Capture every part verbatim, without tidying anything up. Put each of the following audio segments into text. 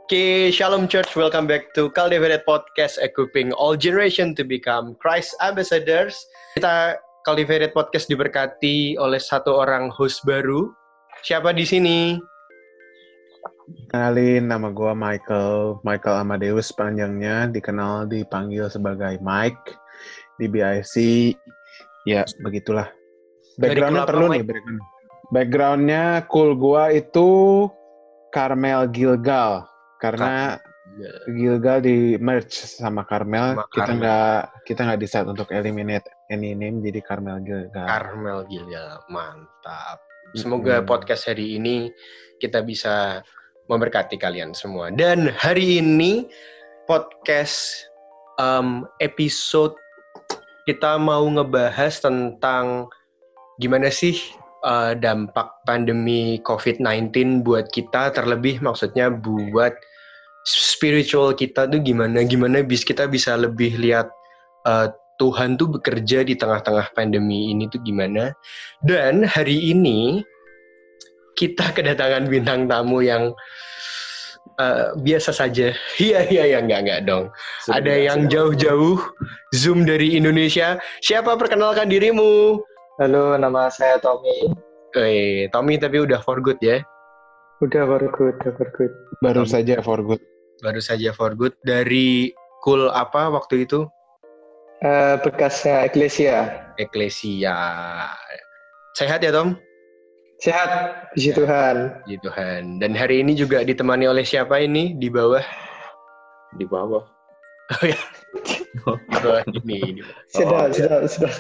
Okay, Shalom Church, welcome back to Cultivated Podcast, equipping all generation to become Christ ambassadors. Kita Cultivated Podcast diberkati oleh satu orang host baru. Siapa di sini? Kenalin, nama gue Michael, Michael Amadeus panjangnya, dikenal dipanggil sebagai Mike di B I C. Ya, begitulah. Background-nya perlu nih, background. Background-nya cool gue itu Carmel Gilgal. Karena Gilgal di merge sama Carmel, sama kita nggak kita nggak decide untuk eliminate any name, jadi Carmel Gilgal. Carmel Gilgal, mantap. Semoga hmm. podcast hari ini kita bisa memberkati kalian semua. Dan hari ini podcast um, episode kita mau ngebahas tentang gimana sih uh, dampak pandemi covid sembilan belas buat kita, terlebih maksudnya buat spiritual kita tuh gimana, gimana bis kita bisa lebih lihat uh, Tuhan tuh bekerja di tengah-tengah pandemi ini tuh gimana. Dan hari ini kita kedatangan bintang tamu yang uh, biasa saja. Iya, iya, ya, enggak, enggak dong. Sudah ada yang jauh-jauh Zoom dari Indonesia. Siapa, perkenalkan dirimu? Halo, nama saya Tommy. Eh, Tommy tapi udah for good ya? Udah for good, udah for good. Baru Tommy. saja for good. Baru saja for good. Dari Cool apa waktu itu? Uh, bekasnya Eklesia. Eklesia. Sehat ya, Tom? Sehat, puji Tuhan. Puji Tuhan. Dan hari ini juga ditemani oleh siapa ini di bawah? Di bawah. Oh ya. Di bawah ini. Di bawah. Sudah, oh, sudah, ya. sudah.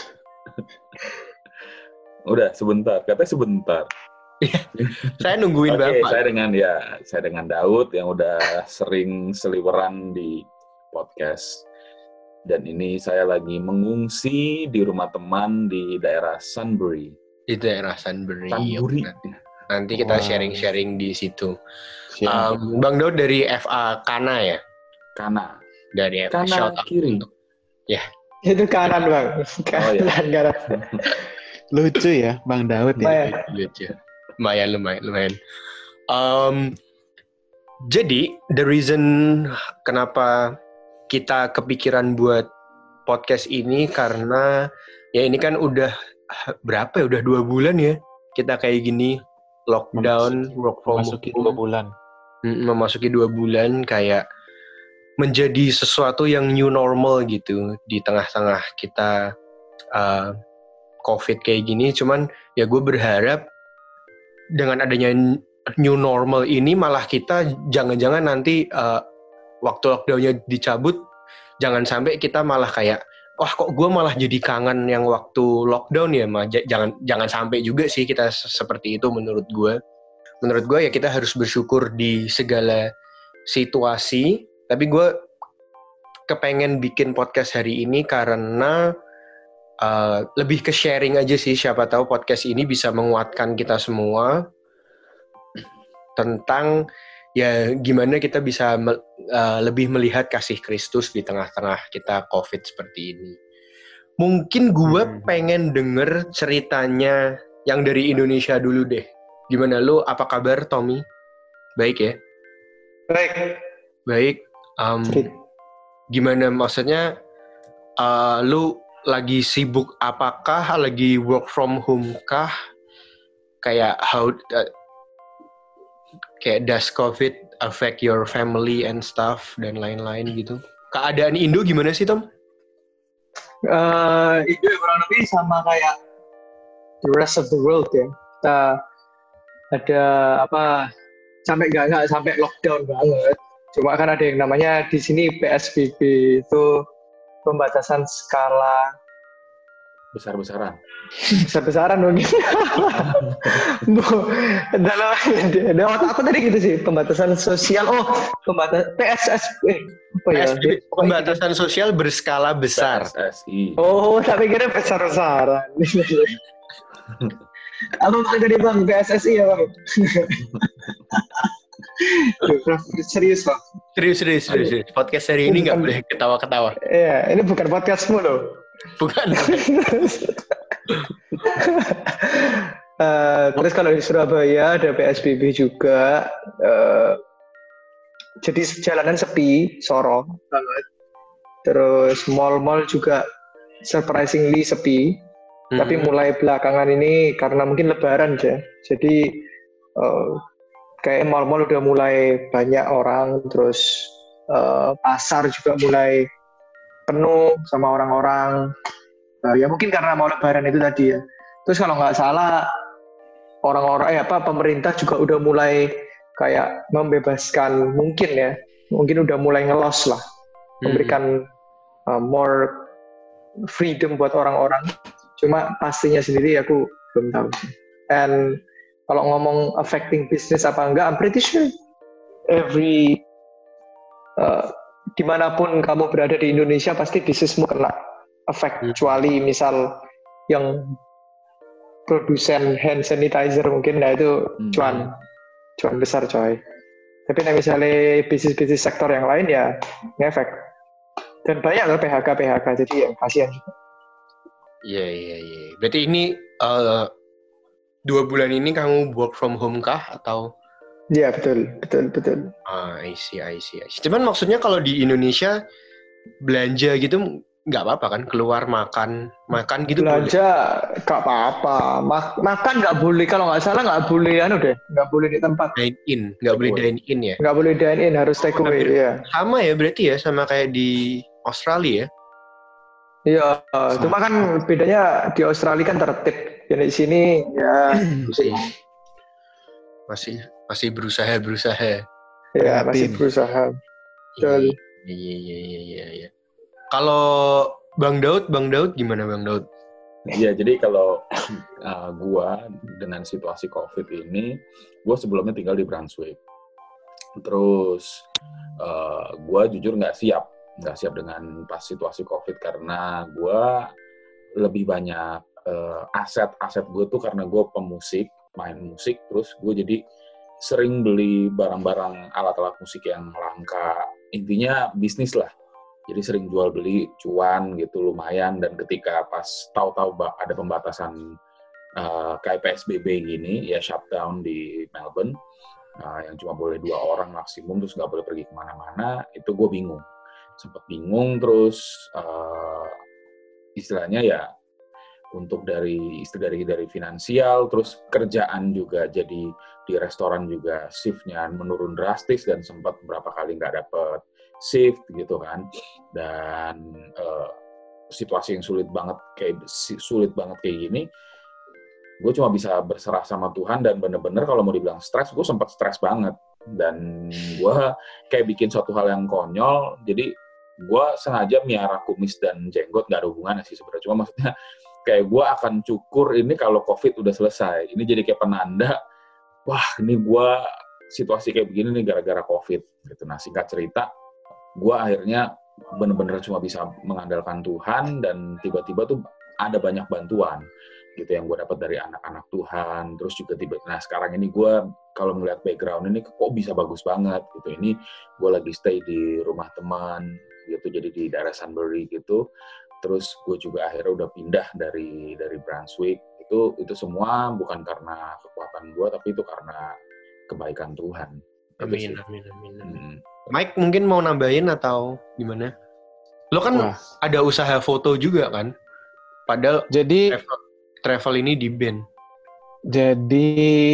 Udah sebentar, katanya sebentar. Saya nungguin okay, Bapak. Saya dengan ya, saya dengan Daud yang udah sering seliweran di podcast. Dan ini saya lagi mengungsi di rumah teman di daerah Sunbury. Di daerah Sunbury. Sunbury. Nanti kita wow. sharing-sharing di situ. Um, Bang Daud dari F A Kana ya? Kana. Dari F A Kana kiri. Untuk, ya. Itu kanan, Bang. Kanan, oh, ya. kanan. Lucu ya, Bang Daud ya. Lucu. Lumayan, lumayan, lumayan. Um, jadi, the reason kenapa kita kepikiran buat podcast ini karena ya ini kan udah berapa ya? Udah dua bulan ya kita kayak gini lockdown, memasuki, work from memasuki home. dua bulan. Memasuki dua bulan kayak menjadi sesuatu yang new normal gitu di tengah-tengah kita uh, COVID kayak gini. Cuman ya gue berharap dengan adanya new normal ini malah kita jangan-jangan nanti uh, waktu lockdownnya dicabut, jangan sampai kita malah kayak, wah kok gue malah jadi kangen yang waktu lockdown ya, mah jangan jangan sampai juga sih kita seperti itu menurut gue. Menurut gue ya kita harus bersyukur di segala situasi. Tapi gue kepengen bikin podcast hari ini karena uh, lebih ke sharing aja sih. Siapa tahu podcast ini bisa menguatkan kita semua tentang ya gimana kita bisa me, uh, lebih melihat kasih Kristus di tengah-tengah kita COVID seperti ini. Mungkin gue hmm. pengen denger ceritanya yang dari Indonesia dulu deh. Gimana lu? Apa kabar, Tommy? Baik ya? Baik. Baik. Um, gimana maksudnya? Uh, lu lagi sibuk apakah? Lagi work from home kah? Kayak how? Uh, kayak does COVID affect your family and stuff dan lain-lain gitu. Keadaan Indo gimana sih, Tom? Uh, Indo kurang lebih sama kayak the rest of the world ya. Kita ada apa sampai nggak nggak sampai lockdown banget. Cuma kan ada yang namanya di sini P S B B itu pembatasan skala besar-besaran. Besar-besaran mungkin. Dalam dalam aku tadi gitu sih, pembatasan sosial. Oh, pembatasan P S S B. Apa ya? Pembatasan sosial berskala besar. P S S I. Oh, tapi kira besar-besaran. Apa maksudnya Bang? P S S I ya, Bang? Serius, Bang. Serius, serius, serius. Podcast hari ini nggak boleh ketawa-ketawa. Iya, ini bukan podcastmu loh. Bukan. uh, terus kalau di Surabaya ada P S B B juga. Uh, jadi jalanan sepi, sorong banget. Terus mall-mall juga surprisingly sepi. Mm-hmm. Tapi mulai belakangan ini karena mungkin lebaran aja. Jadi uh, kayak mall-mall udah mulai banyak orang. Terus uh, pasar juga mulai penuh sama orang-orang. Uh, ya mungkin karena mau lebaran itu tadi ya. Terus kalau nggak salah orang-orang eh apa pemerintah juga udah mulai kayak membebaskan mungkin ya. Mungkin udah mulai ngelos lah. Memberikan uh, more freedom buat orang-orang. Cuma pastinya sendiri aku belum tahu. And kalau ngomong affecting business apa enggak, I'm pretty sure every uh, dimanapun kamu berada di Indonesia pasti bisnismu kena affect. Hmm. Kecuali misal yang produsen hand sanitizer mungkin, nah itu hmm. cuan cuan besar coy. Tapi nah misalnya bisnis-bisnis sektor yang lain ya ngefek. Dan banyak loh P H K P H K, jadi ya kasihan juga. Iya iya iya. Berarti ini uh, dua bulan ini kamu work from home kah atau? Iya betul betul betul. Ah, I see I see. I see. Cuman maksudnya kalau di Indonesia belanja gitu nggak apa-apa kan, keluar makan makan gitu belanja nggak apa-apa. Ma- makan nggak boleh, kalau nggak salah nggak boleh anu deh, nggak boleh di tempat. Dine in, nggak boleh dine in ya? Nggak boleh dine in, harus take away ya. Sama ya berarti ya, sama kayak di Australia ya? Iya, cuma kan bedanya di Australia kan tertib, jadi di sini ya masih masih masih berusaha berusaha. Ya masih berusaha. Betul. Iya iya iya iya. iya. Kalau Bang Daud, Bang Daud gimana Bang Daud? Iya, jadi kalau uh, gua dengan situasi COVID ini, gua sebelumnya tinggal di Brunswick. Terus uh, gua jujur nggak siap. nggak siap dengan pas situasi COVID karena gue lebih banyak uh, aset-aset gue tuh karena gue pemusik, main musik, terus gue jadi sering beli barang-barang alat-alat musik yang langka, intinya bisnis lah. Jadi sering jual beli, cuan gitu lumayan, dan ketika pas tahu-tahu ada pembatasan uh, kayak P S B B gini, ya shutdown di Melbourne, uh, yang cuma boleh dua orang maksimum, terus nggak boleh pergi kemana-mana, itu gue bingung. Sempat bingung, terus uh, istilahnya ya untuk dari istilah dari dari finansial, terus kerjaan juga, jadi di restoran juga shift-nya menurun drastis dan sempat beberapa kali nggak dapet shift gitu kan, dan uh, situasi yang sulit banget kayak sulit banget kayak gini, gue cuma bisa berserah sama Tuhan dan bener-bener kalau mau dibilang stres, gue sempat stres banget dan gue kayak bikin suatu hal yang konyol, jadi gue sengaja miara kumis dan jenggot, nggak ada hubungannya sih sebenarnya, cuma maksudnya kayak gue akan cukur ini kalau COVID udah selesai, ini jadi kayak penanda, wah ini gue situasi kayak begini nih gara-gara COVID gitu. Nah singkat cerita, gue akhirnya bener-bener cuma bisa mengandalkan Tuhan, dan tiba-tiba tuh ada banyak bantuan gitu yang gue dapat dari anak-anak Tuhan, terus juga tiba nah sekarang ini gue kalau melihat background ini kok bisa bagus banget gitu, ini gue lagi stay di rumah teman gitu, jadi di daerah Sunbury gitu, terus gue juga akhirnya udah pindah dari dari Brunswick, itu itu semua bukan karena kekuatan gue, tapi itu karena kebaikan Tuhan. Amin amin amin. Hmm. Mike mungkin mau nambahin atau gimana? Lo kan Wah. ada usaha foto juga kan? Padahal jadi travel, travel ini di ban. Jadi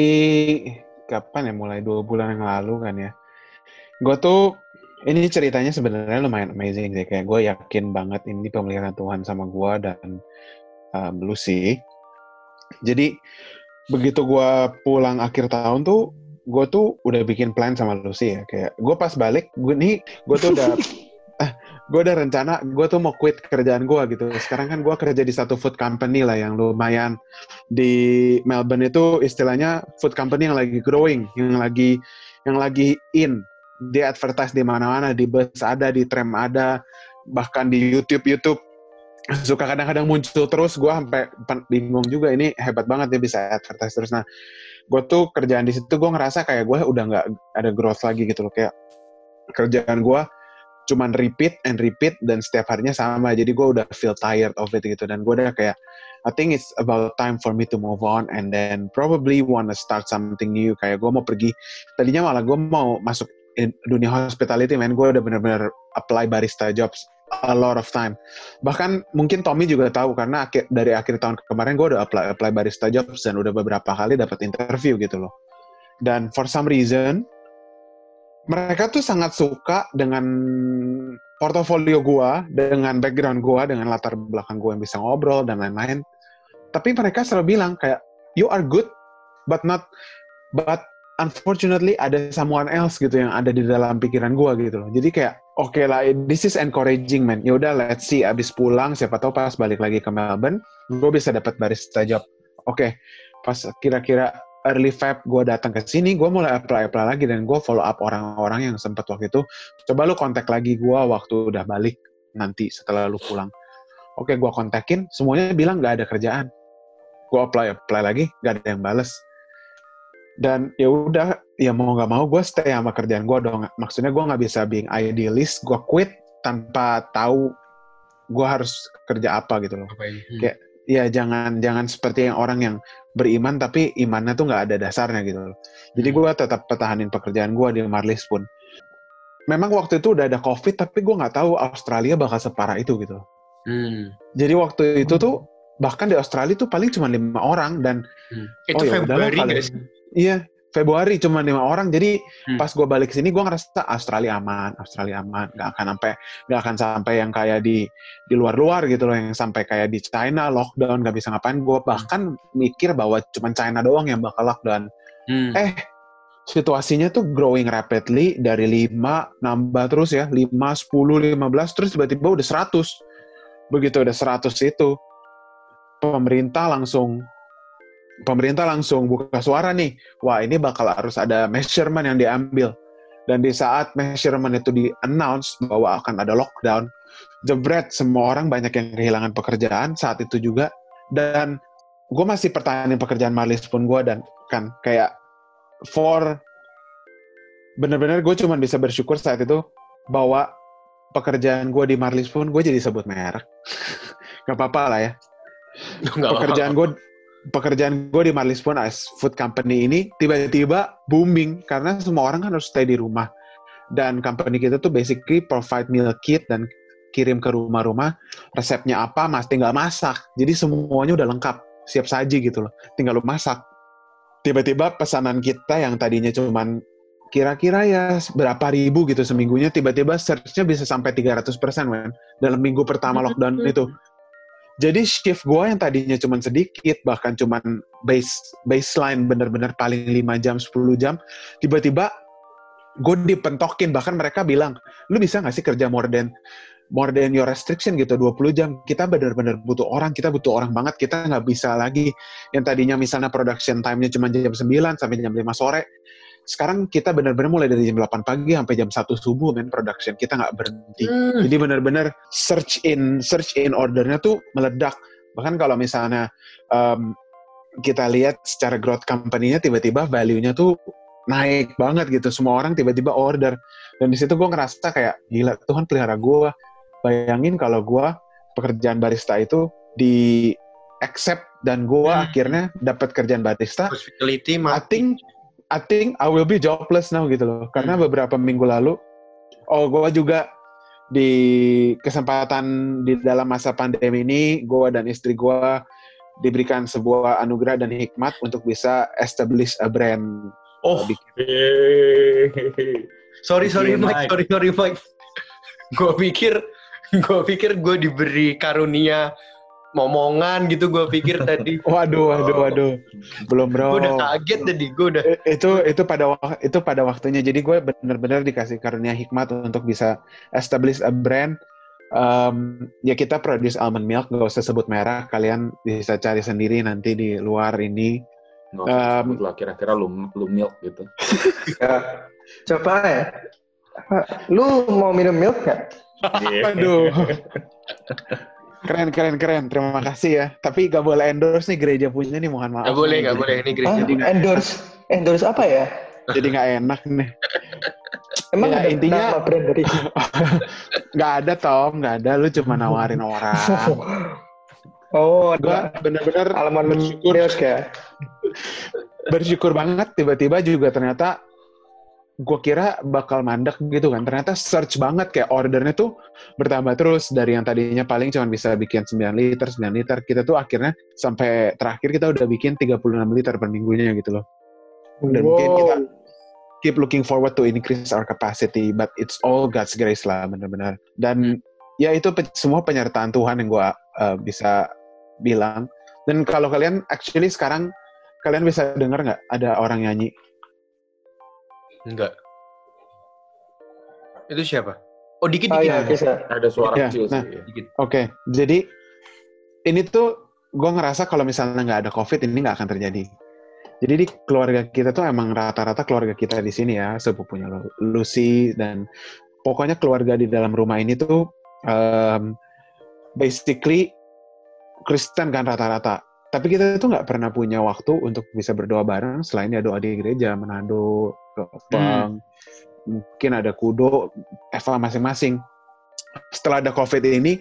kapan ya, mulai dua bulan yang lalu kan ya. Gue tuh ini ceritanya sebenarnya lumayan amazing sih, kayak gue yakin banget ini pemeliharaan Tuhan sama gue dan um, Lucy. Jadi begitu gue pulang akhir tahun tuh, gue tuh udah bikin plan sama Lucy ya, kayak gue pas balik, gue nih gue tuh udah ah, gue udah rencana gue tuh mau quit kerjaan gue gitu. Sekarang kan gue kerja di satu food company lah yang lumayan di Melbourne, itu istilahnya food company yang lagi growing, yang lagi yang lagi in. Dia advertise di mana-mana, di bus ada, di tram ada, bahkan di YouTube YouTube suka kadang-kadang muncul terus. Gue sampai bingung juga, ini hebat banget dia bisa advertise terus. Nah, gue tuh kerjaan di situ gue ngerasa kayak gue udah nggak ada growth lagi gitu loh, kayak kerjaan gue cuman repeat and repeat dan setiap harinya sama, jadi gue udah feel tired of it gitu, dan gue udah kayak I think it's about time for me to move on and then probably wanna start something new. Kayak gue mau pergi, tadinya malah gue mau masuk dunia hospitality, man. Gue udah bener-bener apply barista jobs a lot of time. Bahkan mungkin Tommy juga tahu karena akhir, dari akhir tahun kemarin gue udah apply apply barista jobs dan udah beberapa kali dapat interview gitu loh. Dan for some reason mereka tuh sangat suka dengan portofolio gue, dengan background gue, dengan latar belakang gue yang bisa ngobrol dan lain-lain. Tapi mereka selalu bilang kayak, you are good, but not, but unfortunately ada someone else gitu yang ada di dalam pikiran gue gitu loh. Jadi kayak, oke okay lah, this is encouraging man. Yaudah, let's see, abis pulang, siapa tahu pas balik lagi ke Melbourne, gue bisa dapat barista job. Oke, okay. Pas kira-kira early Feb gue datang ke sini, gue mulai apply-apply lagi dan gue follow up orang-orang yang sempat waktu itu. Coba lu kontak lagi gue waktu udah balik nanti setelah lu pulang. Oke, okay, gue kontakin, semuanya bilang gak ada kerjaan. Gue apply-apply lagi, gak ada yang bales. Dan ya udah, ya mau nggak mau gue stay sama kerjaan gue dong. Maksudnya gue nggak bisa being idealist, gue quit tanpa tahu gue harus kerja apa gitu loh. Hmm. Kayak ya jangan jangan seperti yang orang yang beriman tapi imannya tuh nggak ada dasarnya gitu loh. Jadi gue tetap pertahanin pekerjaan gue di Marlies pun. Memang waktu itu udah ada COVID tapi gue nggak tahu Australia bakal separah itu gitu. Hmm. Jadi waktu itu tuh bahkan di Australia tuh paling cuma lima orang dan hmm. itu oh, Februari nggak sih? Iya, Februari cuma lima orang. Jadi hmm. pas gue balik sini gue ngerasa Australia aman, Australia aman. Gak akan sampai, gak akan sampai yang kayak di di luar-luar gitu loh, yang sampai kayak di China lockdown gak bisa ngapain. Gue bahkan mikir bahwa cuma China doang yang bakal lockdown. Hmm. Eh, situasinya tuh growing rapidly dari lima nambah terus ya, lima, sepuluh, lima belas terus tiba-tiba udah seratus. Begitu udah seratus itu pemerintah langsung pemerintah langsung buka suara nih, wah ini bakal harus ada measurement yang diambil. Dan di saat measurement itu di-announce bahwa akan ada lockdown, jebret semua orang banyak yang kehilangan pekerjaan saat itu juga. Dan gue masih pertahanin pekerjaan Marlies pun gue dan kan kayak for bener-bener gue cuma bisa bersyukur saat itu bahwa pekerjaan gue di Marlies pun gue jadi sebut merek. Gak apa-apa lah ya. Nggak pekerjaan gue pekerjaan gue di Marlies pun as food company ini tiba-tiba booming karena semua orang kan harus stay di rumah dan company kita tuh basically provide meal kit dan kirim ke rumah-rumah resepnya apa mas tinggal masak jadi semuanya udah lengkap siap saji gitu loh tinggal lu masak. Tiba-tiba pesanan kita yang tadinya cuman kira-kira ya berapa ribu gitu seminggunya tiba-tiba search-nya bisa sampai tiga ratus persen man dalam minggu pertama lockdown itu. Jadi shift gue yang tadinya cuma sedikit, bahkan cuma base baseline bener-bener paling lima jam, sepuluh jam, tiba-tiba gue dipentokin. Bahkan mereka bilang, lu bisa gak sih kerja more than, more than your restriction gitu, dua puluh jam. Kita bener-bener butuh orang, kita butuh orang banget, kita gak bisa lagi. Yang tadinya misalnya production time-nya cuma jam sembilan sampai jam lima sore, sekarang kita benar-benar mulai dari jam delapan pagi sampai jam satu subuh men production kita nggak berhenti. Hmm. Jadi benar-benar search in search in ordernya tuh meledak. Bahkan kalau misalnya um, kita lihat secara growth company-nya tiba-tiba value-nya tuh naik banget gitu. Semua orang tiba-tiba order. Dan di situ gue ngerasa kayak gila Tuhan pelihara gue. Bayangin kalau gue pekerjaan barista itu di accept dan gue hmm. akhirnya dapat kerjaan barista. Hospitality I think I think I will be jobless now gitu loh. Karena hmm. beberapa minggu lalu, oh gue juga di kesempatan di dalam masa pandemi ini, gue dan istri gue diberikan sebuah anugerah dan hikmat untuk bisa establish a brand. Oh, sorry sorry Mike, sorry sorry Mike. Gue pikir, gue pikir gue diberi karunia momongan gitu gue pikir tadi. Waduh, waduh, waduh. Belum bro. Gue udah kaget tadi, gue udah. Itu itu pada itu pada waktunya. Jadi gue benar-benar dikasih karunia hikmat untuk bisa establish a brand. Um, ya kita produce almond milk, gak usah sebut merek. Kalian bisa cari sendiri nanti di luar ini. Nggak usah um, sebut lah, kira-kira lu, lu milk gitu. Ya, coba ya. Lu mau minum milk gak? Aduh. Keren, keren, keren. Terima kasih ya. Tapi gak boleh endorse nih gereja punya nih, mohon maaf. Gak boleh, gak boleh. Ini gereja. Ah, endorse, endorse apa ya? Jadi gak enak nih. Emang ya, ada intinya nama brand dari gak ada Tom, gak ada. Lu cuma nawarin orang. Oh, gua bener-bener almond bersyukur milk ya. Bersyukur banget. Tiba-tiba juga ternyata gue kira bakal mandek gitu kan. Ternyata surge banget, kayak ordernya tuh bertambah terus. Dari yang tadinya paling cuma bisa bikin sembilan liter, sembilan liter. Kita tuh akhirnya sampai terakhir kita udah bikin tiga puluh enam liter per minggunya gitu loh. Dan wow. mungkin kita keep looking forward to increase our capacity. But it's all God's grace lah, benar-benar. Dan ya itu pe- semua penyertaan Tuhan yang gue uh, bisa bilang. Dan kalau kalian, actually sekarang, kalian bisa dengar nggak ada orang nyanyi? Enggak. Itu siapa? Oh, dikit-dikit. Oh, iya, bisa. Ada suara ya, kecil nah, sih. Oke, okay. Jadi ini tuh gue ngerasa kalau misalnya nggak ada COVID ini nggak akan terjadi. Jadi di keluarga kita tuh emang rata-rata keluarga kita di sini ya, sepupunya Lucy dan pokoknya keluarga di dalam rumah ini tuh um, basically Kristen kan rata-rata. Tapi kita tuh nggak pernah punya waktu untuk bisa berdoa bareng selain ya doa di gereja, Manado, Kepang, hmm. mungkin ada Kudo, Eva masing-masing. Setelah ada COVID ini,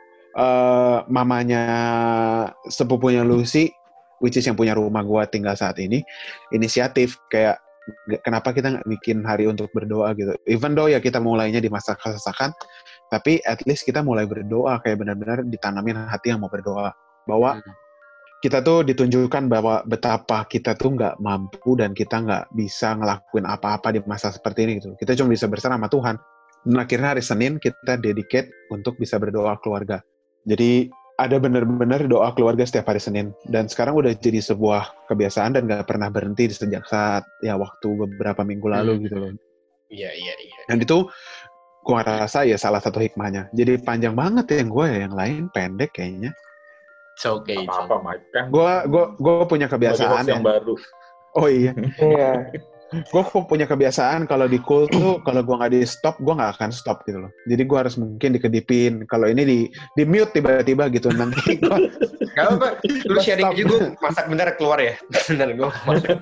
uh, mamanya sepupunya Lucy, which is yang punya rumah gua tinggal saat ini, inisiatif kayak kenapa kita nggak bikin hari untuk berdoa gitu. Even though ya kita mulainya di masa kesesakan, tapi at least kita mulai berdoa kayak benar-benar ditanamin hati yang mau berdoa. Bahwa hmm. kita tuh ditunjukkan bahwa betapa kita tuh nggak mampu dan kita nggak bisa ngelakuin apa-apa di masa seperti ini gitu. Kita cuma bisa bersama sama Tuhan. Dan akhirnya hari Senin kita dedicate untuk bisa berdoa keluarga. Jadi ada benar-benar doa keluarga setiap hari Senin. Dan sekarang udah jadi sebuah kebiasaan dan nggak pernah berhenti sejak saat ya waktu beberapa minggu lalu hmm. gitu loh. Iya, iya, iya. Dan itu gue rasa ya salah satu hikmahnya. Jadi panjang banget yang gue ya, yang lain pendek kayaknya. It's okay. Apa-apa, Mike kan? Gue gue gue punya kebiasaan yang ya. baru. Oh iya. Iya. Gue punya kebiasaan kalau di cool tuh kalau gue nggak di stop gue nggak akan stop gitu loh. Jadi gue harus mungkin dikedipin. Kalau ini di di mute tiba-tiba gitu nanti. Gua, gak apa. Lu sharing aja gue masak bentar keluar ya. Bentar gue masak.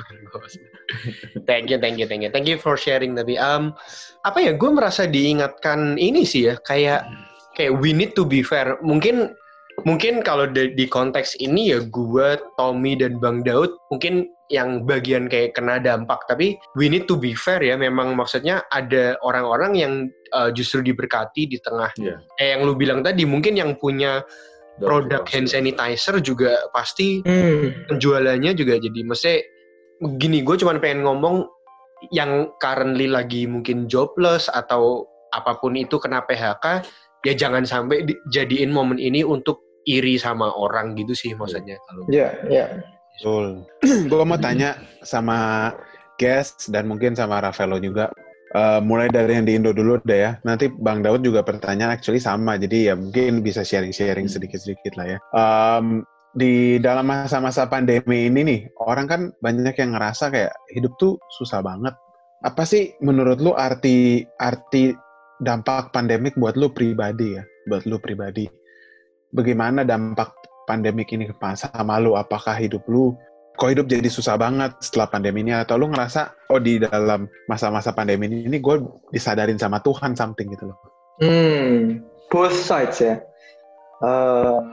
Thank you, thank you, thank you, thank you for sharing. Tapi um apa ya? Gue merasa diingatkan ini sih ya. Kayak kayak we need to be fair. Mungkin Mungkin kalau di, di konteks ini ya gue, Tommy, dan Bang Daud mungkin yang bagian kayak kena dampak. Tapi we need to be fair ya. Memang maksudnya ada orang-orang yang uh, justru diberkati di tengah. Yeah. Eh, yang lu bilang tadi mungkin yang punya Don't produk hand sanitizer juga pasti mm. penjualannya juga jadi. Maksudnya gini, gue cuma pengen ngomong yang currently lagi mungkin jobless atau apapun itu kena P H K, ya jangan sampai dijadiin momen ini untuk iri sama orang gitu sih maksudnya. Iya, iya. Betul. Gue mau tanya sama guest dan mungkin sama Rafaelo juga. Uh, mulai dari yang di Indo dulu deh ya. Nanti Bang Daud juga pertanyaan actually sama. Jadi ya mungkin bisa sharing-sharing sedikit-sedikit lah ya. Um, di dalam masa-masa pandemi ini nih, orang kan banyak yang ngerasa kayak hidup tuh susah banget. Apa sih menurut lu arti arti dampak pandemik buat lu pribadi ya, buat lu pribadi. Bagaimana dampak pandemik ini sama lu? Apakah hidup lu, kok hidup jadi susah banget setelah pandemi ini? Atau lu ngerasa, oh di dalam masa-masa pandemi ini, ini gue disadarin sama Tuhan something gitu loh. Hmm, both sides ya. Uh,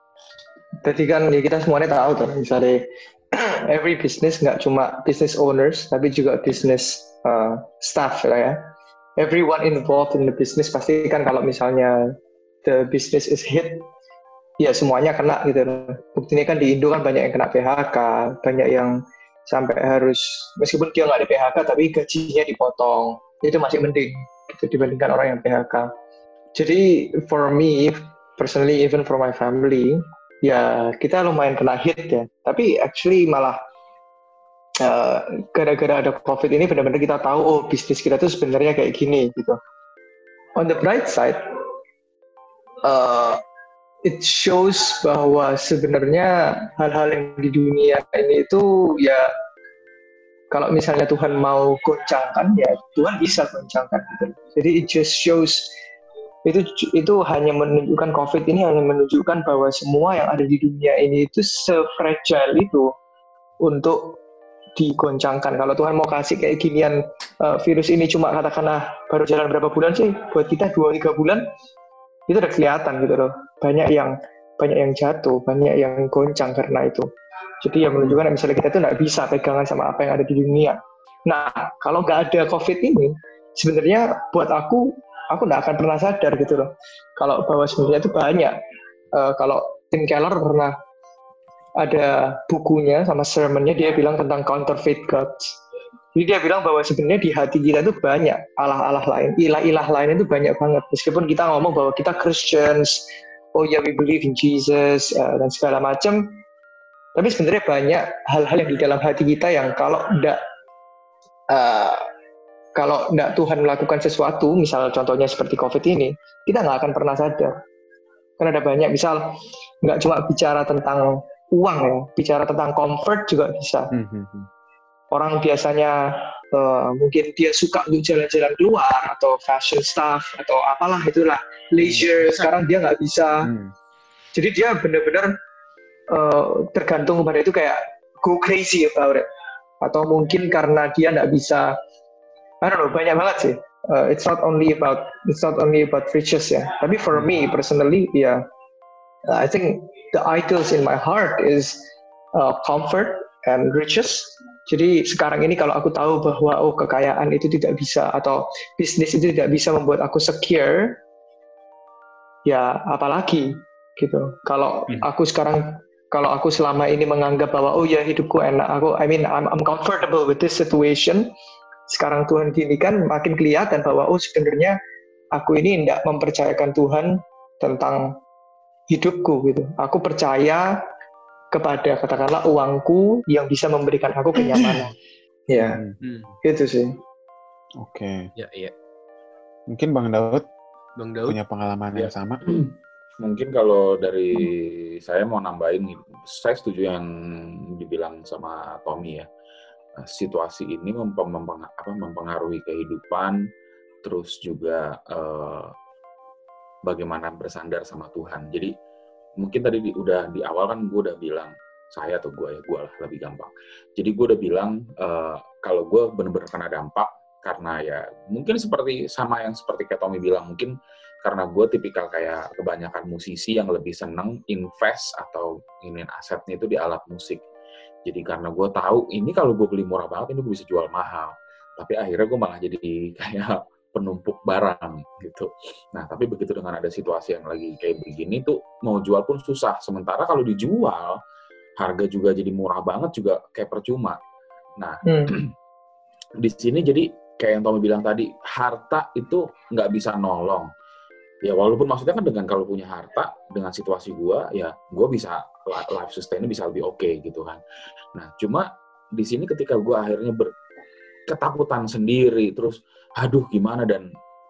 Tadi kan ya kita semuanya tahu tuh, misalnya every business nggak cuma business owners, tapi juga business uh, staff lah ya. Everyone involved in the business pasti kan kalau misalnya the business is hit, ya semuanya kena gitu. Buktinya kan di Indo kan banyak yang kena P H K, banyak yang sampai harus, meskipun dia nggak di P H K tapi gajinya dipotong, itu masih mending gitu, dibandingkan orang yang P H K. Jadi for me, personally, even for my family, ya kita lumayan kena hit ya. Tapi actually malah Uh, gara-gara ada COVID ini benar-benar kita tahu oh bisnis kita tuh sebenarnya kayak gini gitu. On the bright side, uh, it shows bahwa sebenarnya hal-hal yang di dunia ini itu ya kalau misalnya Tuhan mau goncangkan ya Tuhan bisa goncangkan gitu. Jadi it just shows itu itu hanya menunjukkan COVID ini hanya menunjukkan bahwa semua yang ada di dunia ini itu se-fragile itu untuk digoncangkan. Kalau Tuhan mau kasih kayak ginian uh, virus ini cuma katakanlah baru jalan berapa bulan sih, buat kita dua tiga bulan itu udah kelihatan gitu loh. Banyak yang banyak yang jatuh, banyak yang goncang karena itu. Jadi yang menunjukkan misalnya kita tuh nggak bisa pegangan sama apa yang ada di dunia. Nah, kalau nggak ada COVID ini, sebenarnya buat aku, aku nggak akan pernah sadar gitu loh. Kalau bahwa sebenarnya itu banyak. Uh, kalau Tim Keller pernah ada bukunya sama sermonnya, dia bilang tentang counterfeit gods. Jadi dia bilang bahwa sebenarnya di hati kita itu banyak Allah-Allah lain, ilah-ilah lain itu banyak banget. Meskipun kita ngomong bahwa kita Christians, oh ya we believe in Jesus, uh, dan segala macam, tapi sebenarnya banyak hal-hal yang di dalam hati kita yang kalau tidak uh, kalau tidak Tuhan melakukan sesuatu, misal contohnya seperti COVID ini, kita nggak akan pernah sadar. Karena ada banyak, misal nggak cuma bicara tentang uang ya, bicara tentang comfort juga bisa. Mm-hmm. Orang biasanya uh, mungkin dia suka untuk jalan-jalan keluar atau fashion stuff atau apalah itulah leisure. Sekarang dia nggak bisa. Hmm. Jadi dia benar-benar uh, tergantung kepada itu, kayak go crazy about it. Atau mungkin karena dia nggak bisa, I don't know, banyak banget sih. Uh, it's not only about it's not only about riches ya. Tapi for me personally ya, yeah, I think the idols in my heart is uh, comfort and riches. Jadi sekarang ini kalau aku tahu bahwa oh kekayaan itu tidak bisa atau bisnis itu tidak bisa membuat aku secure, ya apalagi gitu. Kalau hmm. aku sekarang, kalau aku selama ini menganggap bahwa oh ya hidupku enak, aku I mean I'm, I'm comfortable with this situation. Sekarang Tuhan gini kan makin kelihatan bahwa oh sebenarnya aku ini tidak mempercayakan Tuhan tentang hidupku gitu. Aku percaya kepada katakanlah uangku yang bisa memberikan aku kenyamanan. Ya, hmm. gitu sih. Oke. Okay. Ya, iya. Mungkin Bang Daud, Bang Daud punya pengalaman ya. yang sama. Mungkin kalau dari hmm. saya mau nambahin, saya setuju yang dibilang sama Tommy ya. Situasi ini mempeng- mempeng- apa, mempengaruhi kehidupan, terus juga eh, bagaimana bersandar sama Tuhan. Jadi mungkin tadi di, udah di awal kan gue udah bilang, saya atau gue ya, gue lah lebih gampang. Jadi gue udah bilang uh, kalau gue benar-benar kena dampak karena ya mungkin seperti sama yang seperti kayak Tommy bilang, mungkin karena gue tipikal kayak kebanyakan musisi yang lebih seneng invest atau ingin asetnya itu di alat musik. Jadi karena gue tahu ini kalau gue beli murah banget ini gue bisa jual mahal. Tapi akhirnya gue malah jadi kayak penumpuk barang gitu. Nah, tapi begitu dengan ada situasi yang lagi kayak begini tuh mau jual pun susah. Sementara kalau dijual harga juga jadi murah banget juga kayak percuma. Nah, hmm. di sini jadi kayak yang Tommy bilang tadi, harta itu nggak bisa nolong. Ya walaupun maksudnya kan dengan kalau punya harta dengan situasi gua, ya gua bisa life sustain-nya bisa lebih oke okay, gitu kan. Nah, cuma di sini ketika gua akhirnya ber ketakutan sendiri, terus aduh gimana, dan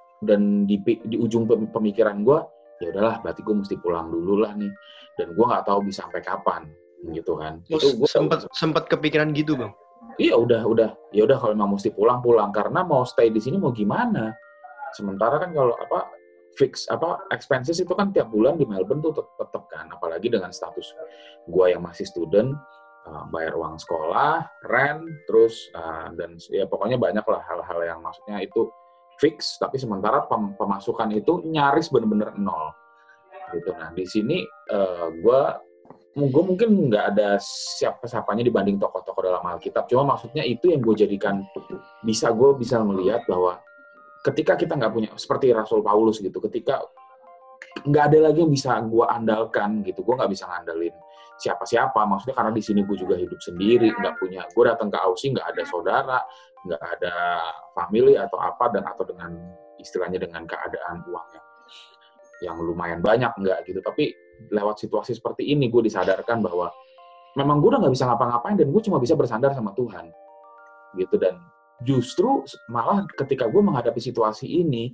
dan di, di ujung pemikiran gue ya udahlah berarti gue mesti pulang dulu lah nih, dan gue nggak tahu bisa sampai kapan gitu kan. Terus itu gue sempat sempat kepikiran gitu Bang. Iya udah udah ya udah kalau memang mesti pulang pulang karena mau stay di sini mau gimana. Sementara kan kalau apa fix apa expenses itu kan tiap bulan di Melbourne tuh tetap kan, apalagi dengan status gue yang masih student. Uh, bayar uang sekolah, rent, terus uh, dan ya pokoknya banyak lah hal-hal yang maksudnya itu fix, tapi sementara pem- pemasukan itu nyaris benar-benar nol gitu. Nah di sini uh, gue gue mungkin nggak ada siapa-siapanya dibanding tokoh-tokoh dalam Alkitab, cuma maksudnya itu yang gue jadikan bisa gue bisa melihat bahwa ketika kita nggak punya seperti Rasul Paulus gitu, ketika nggak ada lagi yang bisa gue andalkan gitu, gue nggak bisa ngandalin siapa-siapa, maksudnya karena di sini gue juga hidup sendiri, nggak punya, gue datang ke Aussie nggak ada saudara, nggak ada family atau apa, dan atau dengan istilahnya dengan keadaan uang yang yang lumayan banyak nggak gitu, tapi lewat situasi seperti ini gue disadarkan bahwa memang gue udah nggak bisa ngapa-ngapain dan gue cuma bisa bersandar sama Tuhan gitu. Dan justru malah ketika gue menghadapi situasi ini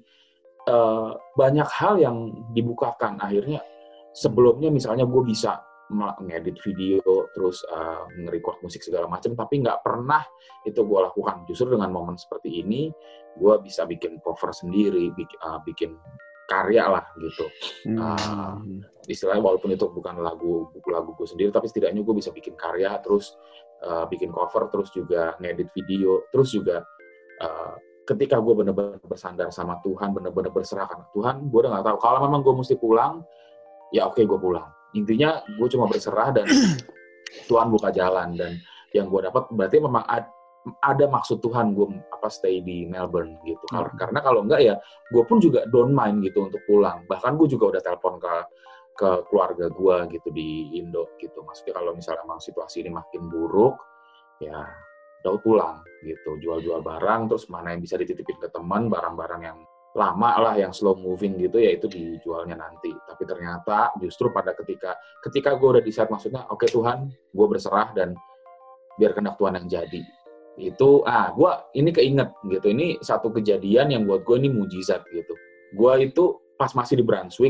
uh, banyak hal yang dibukakan. Akhirnya sebelumnya misalnya gue bisa ngedit video, terus uh, nge-record musik segala macam, tapi nggak pernah itu gue lakukan. Justru dengan momen seperti ini, gue bisa bikin cover sendiri, bikin, uh, bikin karya lah gitu. Hmm. Uh, istilahnya walaupun itu bukan lagu lagu gue sendiri, tapi setidaknya gue bisa bikin karya, terus uh, bikin cover, terus juga ngedit video, terus juga uh, ketika gue benar-benar bersandar sama Tuhan, benar-benar berserahkan Tuhan, gue udah nggak tahu kalau memang gue mesti pulang, ya oke okay, gue pulang. Intinya gue cuma berserah dan Tuhan buka jalan, dan yang gue dapat berarti memang ad, ada maksud Tuhan gue apa stay di Melbourne gitu. Hmm. Karena kalau enggak ya gue pun juga don't mind gitu untuk pulang. Bahkan gue juga udah telepon ke ke keluarga gue gitu di Indo gitu. Maksudnya kalau misalnya emang situasi ini makin buruk ya udah pulang gitu. Jual-jual barang terus mana yang bisa dititipin ke teman, barang-barang yang lama lah yang slow moving gitu ya itu dijualnya nanti. Tapi ternyata justru pada ketika ketika gue udah decide maksudnya oke okay, Tuhan gue berserah dan biar kehendak Tuhan yang jadi. Itu ah gue ini keinget gitu, ini satu kejadian yang buat gue ini mujizat gitu. Gue itu pas masih di Brunswick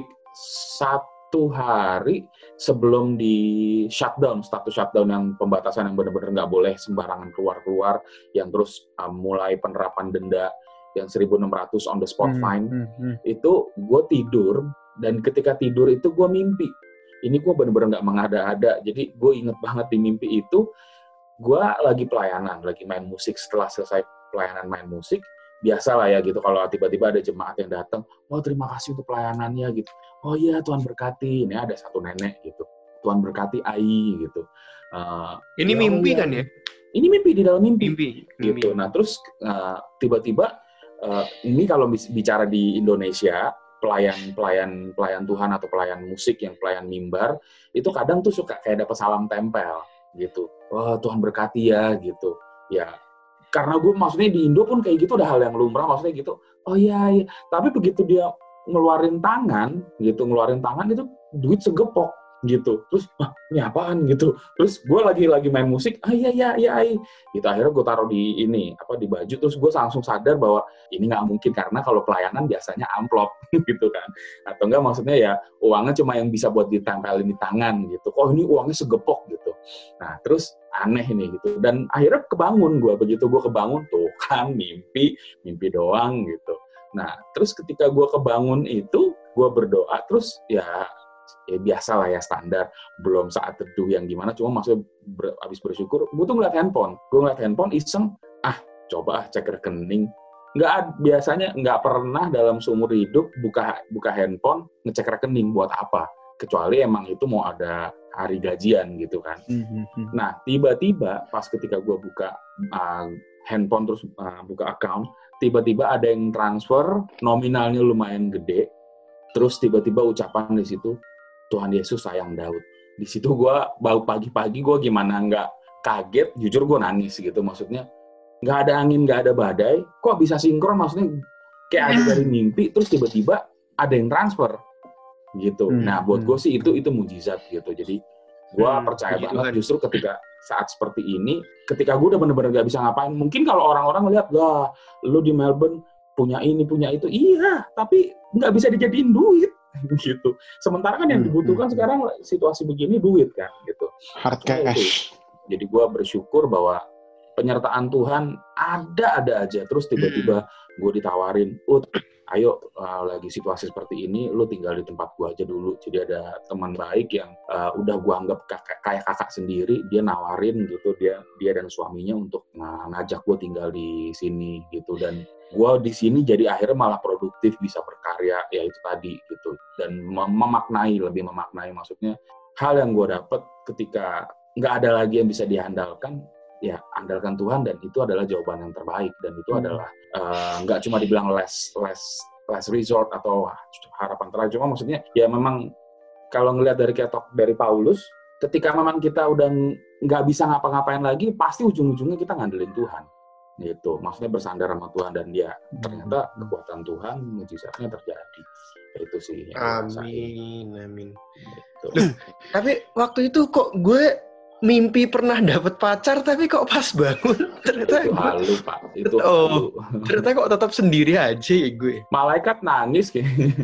satu hari sebelum di shutdown, status shutdown yang pembatasan yang benar-benar nggak boleh sembarangan keluar-keluar, yang terus um, mulai penerapan denda yang seribu enam ratus on the spot hmm, fine, hmm, hmm. itu gue tidur dan ketika tidur itu gue mimpi. Ini gue benar-benar nggak mengada-ada, jadi gue inget banget di mimpi itu gue lagi pelayanan, lagi main musik. Setelah selesai pelayanan main musik, biasa lah ya gitu, kalau tiba-tiba ada jemaat yang datang, oh terima kasih untuk pelayanannya gitu, oh iya Tuhan berkati, ini ada satu nenek gitu, Tuhan berkati Ai gitu. Uh, ini ya, mimpi ya. Kan ya? Ini mimpi, di dalam mimpi. Mimpi. Gitu. Nah terus uh, tiba-tiba, uh, ini kalau bicara di Indonesia, pelayan pelayan pelayan Tuhan atau pelayan musik yang pelayan mimbar, itu kadang tuh suka kayak ada pesalam tempel. Gitu, wah oh, Tuhan berkati ya gitu, ya karena gue maksudnya di Indo pun kayak gitu udah hal yang lumrah, maksudnya gitu, oh iya, iya. Tapi begitu dia ngeluarin tangan gitu, ngeluarin tangan itu duit segepok gitu, terus ah ini apaan gitu, terus gue lagi lagi main musik, ah iya iya iya, iya. Gitu akhirnya gue taruh di ini apa di baju, terus gue langsung sadar bahwa ini nggak mungkin karena kalau pelayanan biasanya amplop gitu kan, atau enggak maksudnya ya uangnya cuma yang bisa buat ditempelin di tangan gitu, oh ini uangnya segepok gitu. Nah terus aneh ini gitu, dan akhirnya kebangun gue, begitu gue kebangun tuh kan mimpi mimpi doang gitu. Nah terus ketika gue kebangun itu gue berdoa, terus ya ya biasa lah ya standar, belum saat teduh yang gimana, cuma maksudnya ber, abis bersyukur, gue tuh ngeliat handphone, gue ngeliat handphone iseng, ah coba ah cek rekening, nggak biasanya nggak pernah dalam seumur hidup buka buka handphone ngecek rekening buat apa, kecuali emang itu mau ada hari gajian gitu kan. Mm-hmm. Nah tiba-tiba pas ketika gue buka uh, handphone terus uh, buka account, tiba-tiba ada yang transfer nominalnya lumayan gede, terus tiba-tiba ucapan di situ, Tuhan Yesus sayang Daud. Di situ gue baru pagi-pagi gue gimana nggak kaget, jujur gue nangis gitu. Maksudnya nggak ada angin, nggak ada badai, kok bisa sinkron? Maksudnya kayak ada dari mimpi, terus tiba-tiba ada yang transfer gitu. Hmm. Nah buat gue sih itu itu mujizat gitu. Jadi gue hmm, percaya banget justru ketika saat seperti ini, ketika gue udah bener-bener nggak bisa ngapain. Mungkin kalau orang-orang ngeliat, lah lu di Melbourne punya ini punya itu, iya, tapi nggak bisa dijadiin duit. Gitu. Sementara kan yang dibutuhkan hmm, sekarang situasi begini duit kan gitu. Hard cash. Jadi gue bersyukur bahwa penyertaan Tuhan ada-ada aja. Terus tiba-tiba gue ditawarin, Ut, ayo uh, lagi situasi seperti ini, lu tinggal di tempat gue aja dulu. Jadi ada teman baik yang uh, udah gue anggap kakak, kayak kakak sendiri, dia nawarin gitu, dia dia dan suaminya untuk uh, ngajak gue tinggal di sini gitu. Dan gue di sini jadi akhirnya malah produktif, bisa berkarya, ya itu tadi gitu, dan mem- memaknai lebih memaknai maksudnya hal yang gue dapet ketika nggak ada lagi yang bisa diandalkan, ya andalkan Tuhan, dan itu adalah jawaban yang terbaik, dan itu hmm. adalah nggak uh, cuma dibilang less less less resort atau harapan terakhir, cuma maksudnya ya memang kalau ngelihat dari ketok dari Paulus, ketika memang kita udah nggak bisa ngapa-ngapain lagi, pasti ujung-ujungnya kita ngandelin Tuhan. Gitu, maksudnya bersandar sama Tuhan, dan dia ternyata kekuatan Tuhan, mujizatnya terjadi. Itu sih yang amin, amin. Gitu. Loh, tapi waktu itu kok gue mimpi pernah dapet pacar, tapi kok pas bangun ternyata itu gue... halu pak, itu oh, halu. Ternyata kok tetap sendiri aja ya gue. Malaikat nangis kayaknya.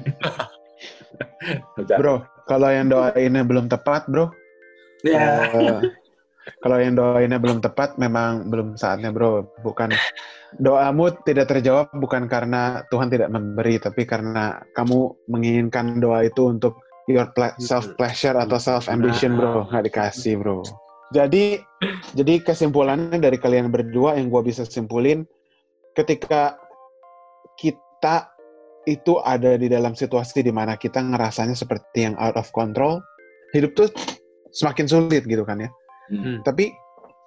Bro, kalau yang doainnya belum tepat, bro. Ya. Uh, Kalau yang doainnya belum tepat, memang belum saatnya, bro. Bukan doamu tidak terjawab bukan karena Tuhan tidak memberi, tapi karena kamu menginginkan doa itu untuk your self pleasure atau self ambition, bro. Nggak dikasih, bro. Jadi, jadi kesimpulannya dari kalian berdua yang gue bisa simpulin, ketika kita itu ada di dalam situasi di mana kita ngerasanya seperti yang out of control, hidup tuh semakin sulit gitu kan ya. Hmm. Tapi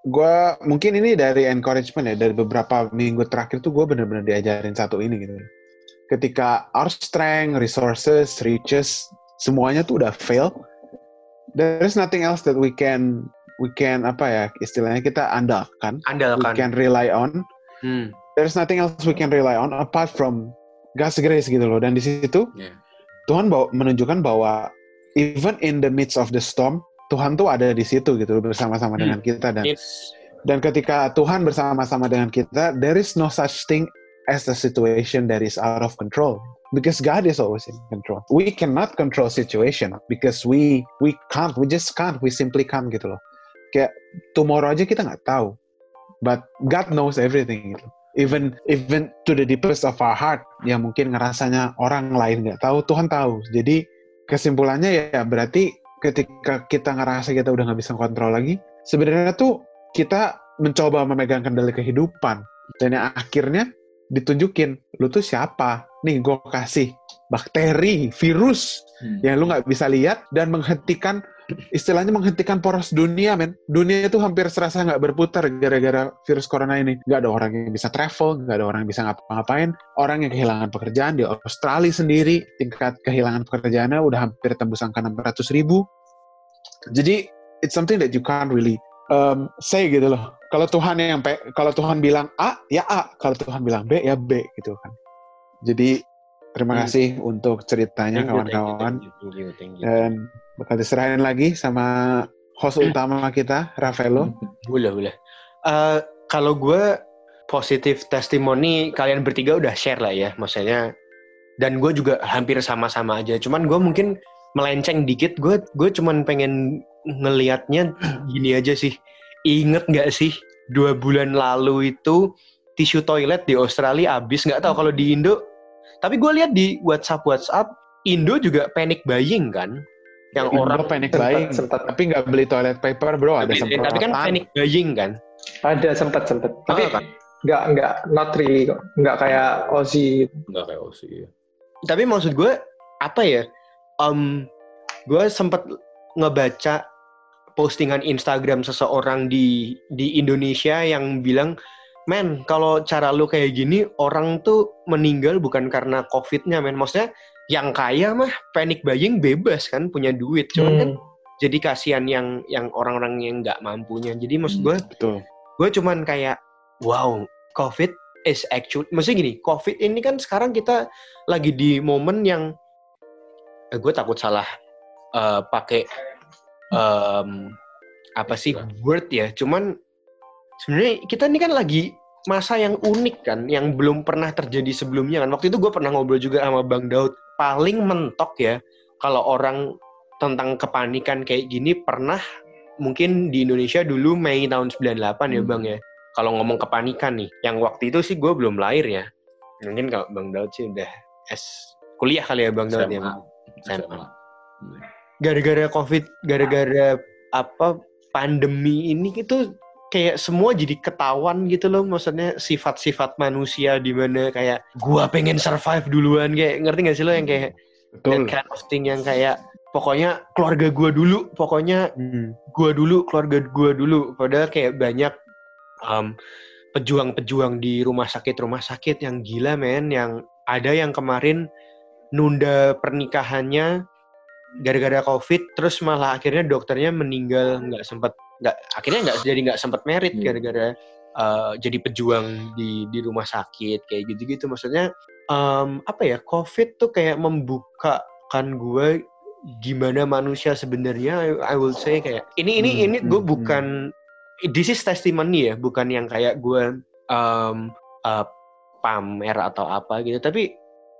gue mungkin ini dari encouragement ya, dari beberapa minggu terakhir tuh gue benar-benar diajarin satu ini gitu. Ketika our strength, resources, riches, semuanya tuh udah fail, there is nothing else that we can we can apa ya istilahnya kita andalkan, Andalkan. we can rely on. Hmm. There is nothing else we can rely on apart from God's grace gitu loh. Dan di situ Yeah. Tuhan bawa, menunjukkan bahwa even in the midst of the storm, Tuhan tuh ada di situ gitu bersama-sama dengan kita. Dan dan ketika Tuhan bersama-sama dengan kita, there is no such thing as a situation that is out of control, because God is always in control. We cannot control situation because we we can't, we just can't, we simply can't gitu loh. Kayak tomorrow aja kita nggak tahu, but God knows everything gitu. Even even to the deepest of our heart, yang mungkin ngerasanya orang lain nggak tahu, Tuhan tahu. Jadi kesimpulannya ya berarti ketika kita ngerasa kita udah nggak bisa kontrol lagi, sebenarnya tuh kita mencoba memegang kendali kehidupan, dan yang akhirnya ditunjukin, lu tuh siapa? Nih gue kasih bakteri, virus hmm. yang lu nggak bisa lihat dan menghentikan, istilahnya menghentikan poros dunia, men. Dunia itu hampir serasa nggak berputar gara-gara virus corona ini. Nggak ada orang yang bisa travel, nggak ada orang yang bisa ngapa-ngapain. Orang yang kehilangan pekerjaan di Australia sendiri, tingkat kehilangan pekerjaannya udah hampir tembus angka enam ratus ribu. Jadi it's something that you can't really um, say gitu loh. Kalau Tuhan yang kalau Tuhan bilang A, ya A. Kalau Tuhan bilang B, ya B gitu kan. Jadi terima kasih hmm. untuk ceritanya thank kawan-kawan. You, thank you, thank you, thank you. Dan bakal diserahin lagi sama host utama kita, Ravelo. Boleh, boleh. Uh, kalau gue positif testimoni, kalian bertiga udah share lah ya, maksudnya. Dan gue juga hampir sama-sama aja. Cuman gue mungkin melenceng dikit. Gue gue cuman pengen ngelihatnya gini aja sih. Ingat nggak sih dua bulan lalu itu tisu toilet di Australia habis? Nggak tahu kalau di Indo. Tapi gue lihat di WhatsApp WhatsApp Indo juga panic buying kan, yang Indo orang panic buying, sempat, tapi nggak beli toilet paper bro, ada semprotan. Tapi kan panic buying kan? Ada sempat sempat. Tapi oh, kan? nggak nggak not really kok, nggak kayak Aussie. Nggak kayak Aussie. Ya. Tapi maksud gue apa ya? Um, gue sempat ngebaca postingan Instagram seseorang di di Indonesia yang bilang, men, kalau cara lu kayak gini, orang tuh meninggal bukan karena COVID-nya, men. Maksudnya, yang kaya mah panic buying bebas kan, punya duit. Cuman hmm. kan jadi kasihan yang yang orang-orang yang nggak mampunya. Jadi maksud gue, betul. Gue cuman kayak, wow, COVID is actually, maksudnya gini, COVID ini kan sekarang kita lagi di momen yang, eh, gue takut salah uh, pakai Um, apa sih word ya, cuman sebenarnya kita ini kan lagi masa yang unik kan, yang belum pernah terjadi sebelumnya kan. Waktu itu gue pernah ngobrol juga sama Bang Daud, paling mentok ya kalau orang tentang kepanikan kayak gini pernah mungkin di Indonesia dulu Mei tahun sembilan puluh delapan hmm. ya Bang ya, kalau ngomong kepanikan nih, yang waktu itu sih gue belum lahir ya, mungkin kalau Bang Daud sih udah S kuliah kali ya Bang Daud ya. S M A. Gara-gara COVID, gara-gara apa pandemi ini itu kayak semua jadi ketahuan gitu loh, maksudnya sifat-sifat manusia di mana kayak gua pengen survive duluan, kayak ngerti nggak sih lo yang kayak that kind of thing yang kayak pokoknya keluarga gua dulu, pokoknya hmm. gua dulu, keluarga gua dulu. Padahal kayak banyak um, pejuang-pejuang di rumah sakit-rumah sakit yang gila men, yang ada yang kemarin nunda pernikahannya gara-gara COVID, terus malah akhirnya dokternya meninggal, nggak sempat, nggak akhirnya nggak jadi nggak sempat merit gara-gara uh, jadi pejuang di di rumah sakit kayak gitu-gitu. Maksudnya um, apa ya, COVID tuh kayak membukakan gue gimana manusia sebenarnya. I, I will say kayak ini ini hmm, ini gue hmm, bukan hmm. this is testimony ya, bukan yang kayak gue um, uh, pamer atau apa gitu, tapi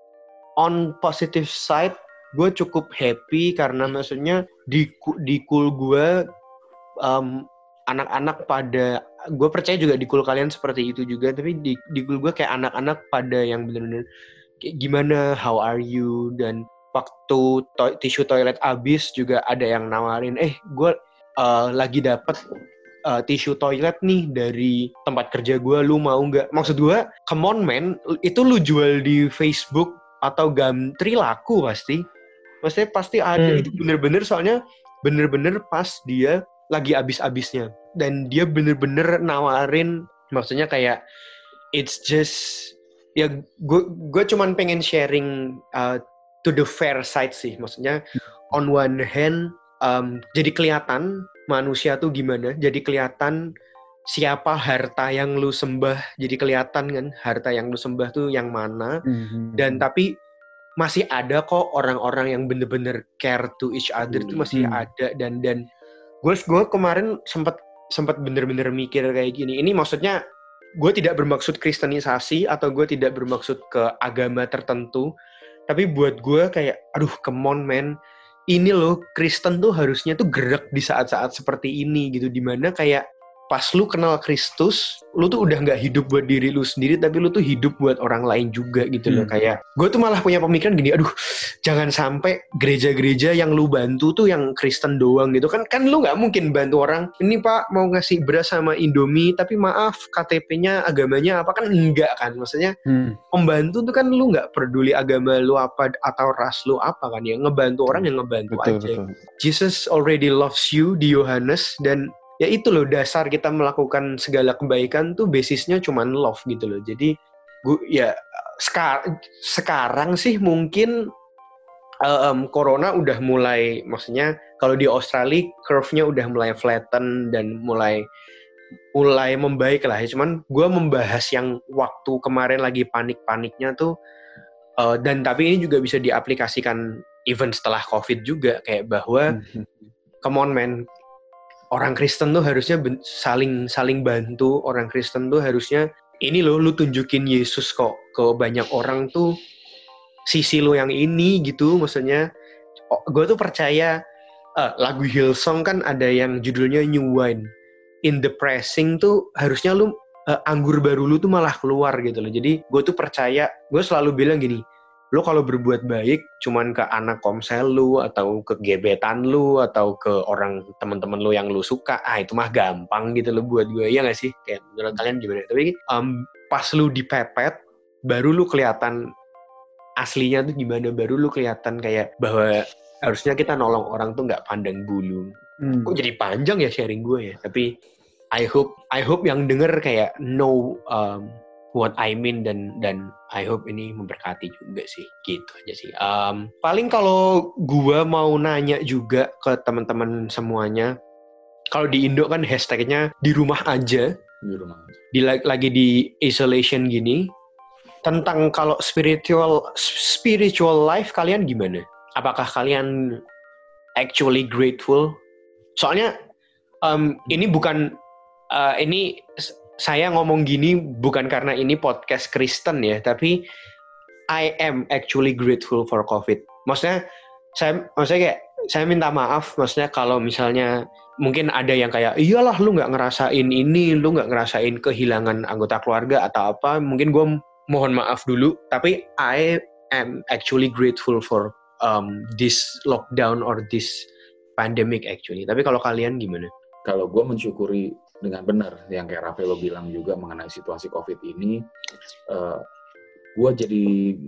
on positive side gue cukup happy karena maksudnya di di kul gue um, anak-anak pada, gue percaya juga di kul kalian seperti itu juga, tapi di di kul gue kayak anak-anak pada yang benar-benar kayak gimana, how are you, dan waktu to- tisu toilet habis juga ada yang nawarin, eh gue uh, lagi dapet uh, tisu toilet nih dari tempat kerja gue, lu mau nggak? Maksud gue, come on man, itu lu jual di Facebook atau Gumtree laku pasti. Maksudnya pasti ada, hmm. itu bener-bener, soalnya bener-bener pas dia lagi abis-abisnya. Dan dia bener-bener nawarin, maksudnya kayak it's just ya gue gue cuman pengen sharing uh, to the fair side sih. Maksudnya on one hand um, jadi kelihatan manusia tuh gimana, jadi kelihatan siapa harta yang lu sembah, jadi kelihatan kan harta yang lu sembah tuh yang mana. Mm-hmm. Dan tapi masih ada kok orang-orang yang bener-bener care to each other mm-hmm. tuh masih ada. Dan dan gue gue kemarin sempat sempat bener-bener mikir kayak gini. Ini maksudnya gue tidak bermaksud kristenisasi atau gue tidak bermaksud ke agama tertentu, tapi buat gue kayak aduh come on man, ini loh Kristen tuh harusnya tuh gerak di saat-saat seperti ini gitu, dimana kayak pas lu kenal Kristus, lu tuh udah nggak hidup buat diri lu sendiri, tapi lu tuh hidup buat orang lain juga gitu loh. Hmm. Kayak gue tuh malah punya pemikiran gini, aduh jangan sampai gereja-gereja yang lu bantu tuh yang Kristen doang gitu kan. Kan lu nggak mungkin bantu orang, ini Pak mau ngasih beras sama Indomie, tapi maaf K T P-nya agamanya apa, kan enggak kan. Maksudnya hmm. pembantu tuh kan lu nggak peduli agama lu apa atau ras lu apa kan, ya ngebantu orang yang ngebantu betul, aja. Betul. Jesus already loves you di Yohanes, dan ya itu loh dasar kita melakukan segala kebaikan tuh basisnya cuman love gitu loh. Jadi gue ya sekar- sekarang sih mungkin um, corona udah mulai, maksudnya kalau di Australia curve-nya udah mulai flatten dan mulai mulai membaik lah ya. Cuman gue membahas yang waktu kemarin lagi panik-paniknya tuh uh, dan tapi ini juga bisa diaplikasikan even setelah COVID juga, kayak bahwa mm-hmm. come on man, orang Kristen tuh harusnya ben- saling saling bantu. Orang Kristen tuh harusnya ini loh, lu tunjukin Yesus kok ke banyak orang tuh sisi lo yang ini gitu. Maksudnya oh, gue tuh percaya uh, lagu Hillsong kan ada yang judulnya New Wine. In the pressing tuh harusnya lu uh, anggur baru lu tuh malah keluar gitu loh. Jadi gue tuh percaya, gue selalu bilang gini, lo kalau berbuat baik cuman ke anak komsel lu atau ke gebetan lu atau ke orang teman-teman lu yang lu suka, ah itu mah gampang gitu lo buat gue, ya nggak sih? Kayak menurut kalian gimana? Tapi um, pas lu dipepet, baru lu kelihatan aslinya tuh gimana, baru lu kelihatan kayak bahwa harusnya kita nolong orang tuh nggak pandang bulu. Hmm. Kok jadi panjang ya sharing gue ya? Tapi I hope I hope yang denger kayak know um, what I mean, dan dan I hope ini memberkati juga sih, gitu aja sih. Um, paling kalau gua mau nanya juga ke teman-teman semuanya, kalau di Indo kan hashtagnya di rumah aja, di rumah aja, di, lagi di isolation gini, tentang kalau spiritual spiritual life kalian gimana? Apakah kalian actually grateful? Soalnya um, ini bukan uh, ini saya ngomong gini bukan karena ini podcast Kristen ya, tapi I am actually grateful for COVID. Maksudnya saya maksudnya kayak saya minta maaf, maksudnya kalau misalnya mungkin ada yang kayak iyalah lu nggak ngerasain ini, lu nggak ngerasain kehilangan anggota keluarga atau apa, mungkin gue mohon maaf dulu, tapi I am actually grateful for um, this lockdown or this pandemic actually. Tapi kalau kalian gimana? Kalau gue mensyukuri dengan benar yang kayak Rafael bilang juga mengenai situasi COVID ini, uh, gue jadi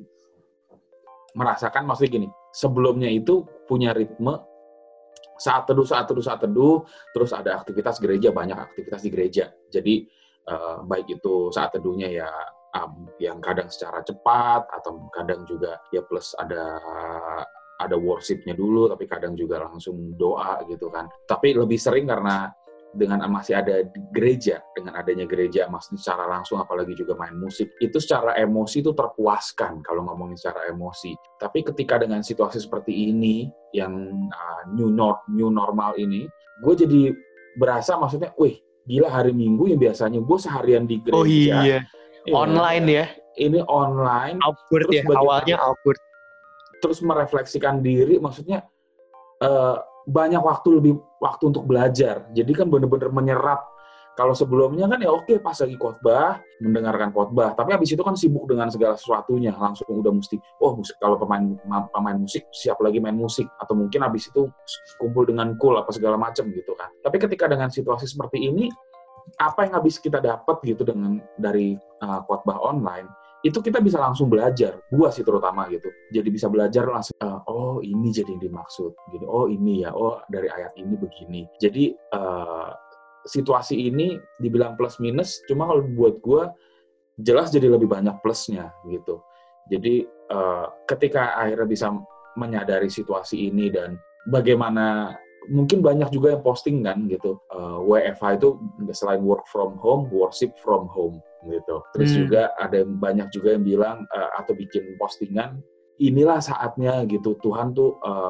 merasakan, maksudnya gini, sebelumnya itu punya ritme saat teduh, saat teduh, saat teduh, terus ada aktivitas gereja, banyak aktivitas di gereja. Jadi uh, baik itu saat teduhnya ya um, yang kadang secara cepat, atau kadang juga ya plus ada ada worship-nya dulu, tapi kadang juga langsung doa gitu kan. Tapi lebih sering karena dengan masih ada di gereja, dengan adanya gereja, maksudnya secara langsung, apalagi juga main musik, itu secara emosi itu terpuaskan kalau ngomongin secara emosi. Tapi ketika dengan situasi seperti ini, yang uh, new, nor- new normal ini, gue jadi berasa, maksudnya, wih, gila hari Minggu yang biasanya gue seharian di gereja. Oh iya, ya, online ya. Ini online. Awkward ya, awalnya awkward. Terus merefleksikan diri, maksudnya, uh, banyak waktu lebih waktu untuk belajar. Jadi kan benar-benar menyerap. Kalau sebelumnya kan ya oke pas lagi khotbah, mendengarkan khotbah, tapi habis itu kan sibuk dengan segala sesuatunya, langsung udah mesti oh musik, kalau pemain pemain musik siap lagi main musik, atau mungkin habis itu kumpul dengan cool apa segala macam gitu kan. Tapi ketika dengan situasi seperti ini, apa yang habis kita dapat gitu dengan dari uh, khotbah online itu kita bisa langsung belajar, gua sih terutama gitu. Jadi bisa belajar langsung, uh, oh ini jadi yang dimaksud, gitu. Oh ini ya, oh dari ayat ini begini. Jadi uh, situasi ini dibilang plus minus, cuma kalau buat gua jelas jadi lebih banyak plusnya gitu. Jadi uh, ketika akhirnya bisa menyadari situasi ini dan bagaimana mungkin banyak juga yang posting kan gitu, uh, W F H itu selain work from home, worship from home gitu. Terus hmm. juga ada yang banyak juga yang bilang uh, atau bikin postingan, inilah saatnya gitu, Tuhan tuh uh,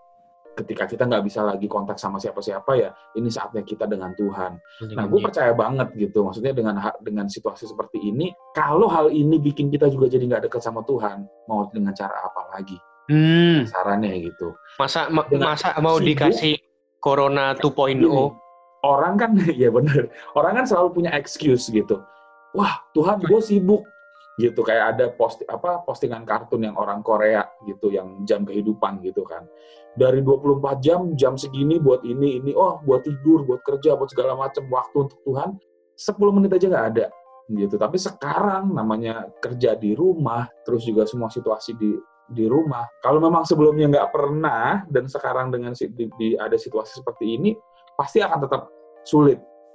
ketika kita nggak bisa lagi kontak sama siapa-siapa ya, ini saatnya kita dengan Tuhan. Nah, gue percaya banget gitu, maksudnya dengan dengan situasi seperti ini, kalau hal ini bikin kita juga jadi nggak dekat sama Tuhan, mau dengan cara apa lagi? Hmm. Sarannya gitu. Masa ma- masa mau sibuk, dikasih Corona dua titik nol? Orang kan, ya bener, orang kan selalu punya excuse gitu. Wah, Tuhan, gue sibuk gitu. Kayak ada post apa postingan kartun yang orang Korea gitu, yang jam kehidupan gitu kan. Dari dua puluh empat jam, jam segini buat ini, ini, oh buat tidur, buat kerja, buat segala macam, waktu untuk Tuhan, sepuluh menit aja nggak ada gitu. Tapi sekarang namanya kerja di rumah, terus juga semua situasi di di rumah. Kalau memang sebelumnya nggak pernah, dan sekarang dengan di, di, ada situasi seperti ini, pasti akan tetap sulit.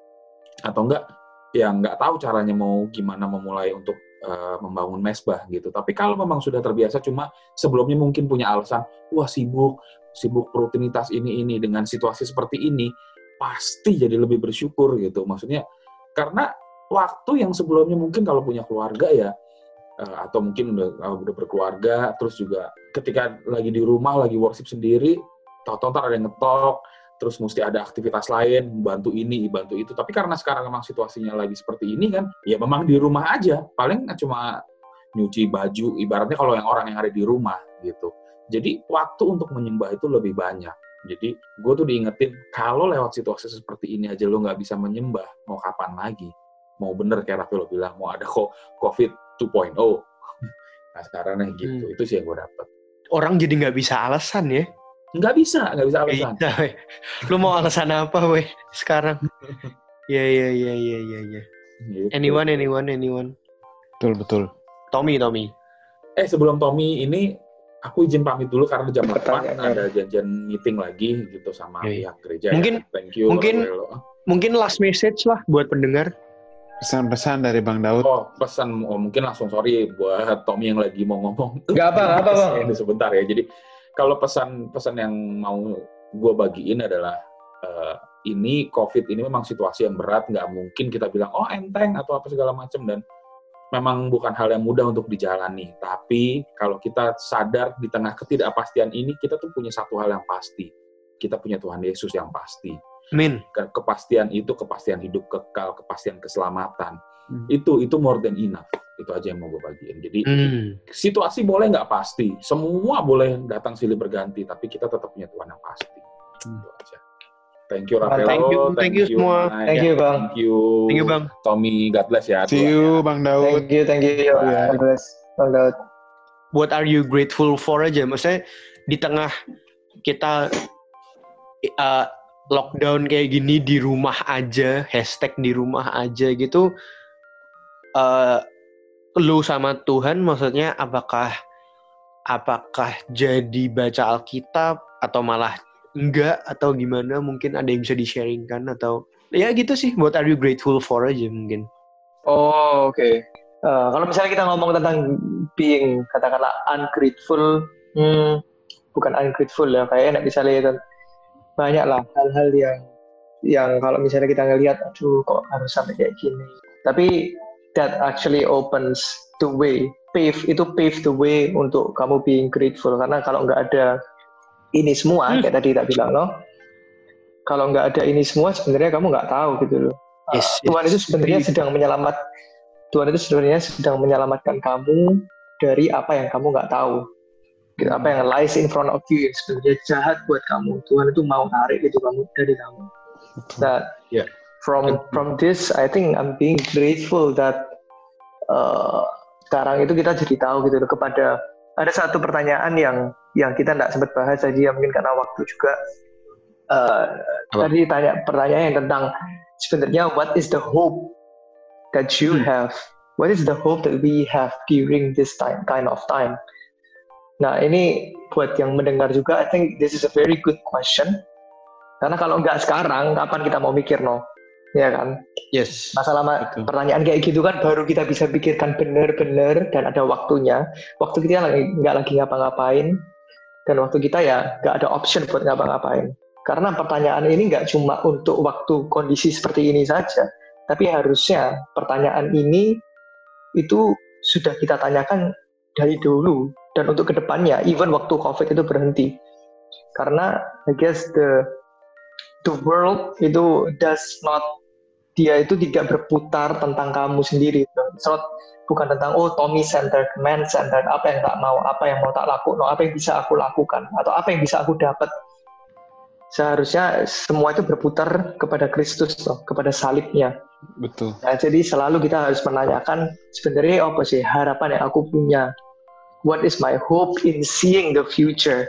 Atau enggak, ya nggak tahu caranya mau gimana memulai untuk uh, membangun mesbah gitu. Tapi kalau memang sudah terbiasa, cuma sebelumnya mungkin punya alasan, wah sibuk, sibuk rutinitas ini, ini, dengan situasi seperti ini, pasti jadi lebih bersyukur gitu. Maksudnya, karena waktu yang sebelumnya mungkin kalau punya keluarga ya, uh, atau mungkin udah, uh, udah berkeluarga, terus juga ketika lagi di rumah, lagi worship sendiri, tahu-tahu ada yang ngetok, terus mesti ada aktivitas lain, bantu ini, bantu itu. Tapi karena sekarang memang situasinya lagi seperti ini kan, ya memang di rumah aja. Paling cuma nyuci baju, ibaratnya kalau yang orang yang ada di rumah gitu. Jadi waktu untuk menyembah itu lebih banyak. Jadi gue tuh diingetin, kalau lewat situasi seperti ini aja lo nggak bisa menyembah, mau kapan lagi? Mau bener kayak Rafael bilang, mau ada COVID dua titik nol. Nah sekarang gitu, hmm. itu sih yang gue dapet. Orang jadi nggak bisa alasan ya? Nggak bisa, nggak bisa alasan. Bisa, lu mau alasan apa, weh, sekarang? Ya, ya, ya, ya, ya, ya. Gitu. Anyone, anyone, anyone. Betul, betul. Tommy, Tommy. Eh, sebelum Tommy ini, aku izin pamit dulu karena jam delapan ada janjian meeting lagi gitu sama yeah. pihak gereja. Mungkin, ya. Thank you. Mungkin, mungkin last message lah buat pendengar. Pesan-pesan dari Bang Daud. Oh, pesan. Oh, mungkin langsung sorry buat Tommy yang lagi mau ngomong. Nggak apa, nggak apa, Bang. Ini sebentar ya. Jadi, kalau pesan-pesan yang mau gue bagiin adalah uh, ini COVID ini memang situasi yang berat, nggak mungkin kita bilang oh enteng atau apa segala macam, dan memang bukan hal yang mudah untuk dijalani. Tapi kalau kita sadar di tengah ketidakpastian ini, kita tuh punya satu hal yang pasti, kita punya Tuhan Yesus yang pasti. Amin. Kepastian itu kepastian hidup kekal, kepastian keselamatan. Hmm. Itu itu more than enough. Itu aja yang mau gue bagiin. Jadi hmm. situasi boleh nggak pasti, semua boleh datang silih berganti, tapi kita tetap punya Tuhan yang pasti. Hmm. Itu aja. Thank you Rafael. Thank you, thank, thank you semua. Mike. Thank you Bang. Thank you. Thank you Bang. Tommy, God bless ya. See you Bang Daud. Thank you, thank you. Yeah. God bless Bang Daud. What are you grateful for aja? Maksudnya di tengah kita uh, lockdown kayak gini, di rumah aja, hashtag di rumah aja gitu. Uh, lu sama Tuhan maksudnya apakah apakah jadi baca Alkitab atau malah enggak atau gimana? Mungkin ada yang bisa di-sharingkan atau ya gitu sih. What are you grateful for aja mungkin. Oh oke. Okay. Uh, kalau misalnya kita ngomong tentang being katakanlah ungrateful, hmm, bukan ungrateful ya, kayaknya nggak bisa lihat banyak lah hal-hal yang yang kalau misalnya kita ngelihat, aduh kok harus sampai kayak gini. Tapi that actually opens the way, pave itu pave the way untuk kamu being grateful. Karena kalau nggak ada ini semua, hmm. kayak tadi tak bilang loh, kalau nggak ada ini semua sebenarnya kamu nggak tahu gitu loh. Yes, uh, Tuhan yes. itu sebenarnya sedang menyelamat, Tuhan itu sebenarnya sedang menyelamatkan kamu dari apa yang kamu nggak tahu, gitu, apa yang lies in front of you yang sebenarnya jahat buat kamu. Tuhan itu mau tarik itu kamu dari kamu. That yeah. From from this, I think I'm being grateful that uh, sekarang itu kita jadi tahu gitu loh, kepada ada satu pertanyaan yang yang kita nggak sempat bahas tadi ya, mungkin karena waktu juga. Uh, tadi tanya pertanyaan yang tentang sebenarnya what is the hope that you have What is the hope that we have during this time, kind of time? Nah, ini buat yang mendengar juga, I think this is a very good question. Karena kalau nggak sekarang, kapan kita mau mikir, no? Ya kan? Yes. Masalah Betul. pertanyaan kayak gitu kan baru kita bisa pikirkan benar-benar dan ada waktunya. Waktu kita lagi nggak lagi ngapa-ngapain dan waktu kita ya nggak ada option buat ngapa-ngapain. Karena pertanyaan ini nggak cuma untuk waktu kondisi seperti ini saja, tapi harusnya pertanyaan ini itu sudah kita tanyakan dari dulu dan untuk kedepannya, even waktu COVID itu berhenti. Karena I guess the the world itu does not, dia itu tidak berputar tentang kamu sendiri. It's not, bukan tentang oh Tommy centered, man centered, apa yang tak mau, apa yang mau tak lakukan, no, apa yang bisa aku lakukan atau apa yang bisa aku dapat. Seharusnya semua itu berputar kepada Kristus, no, kepada salibnya. Betul. Nah, jadi selalu kita harus menanyakan sebenarnya apa sih harapan yang aku punya? What is my hope in seeing the future?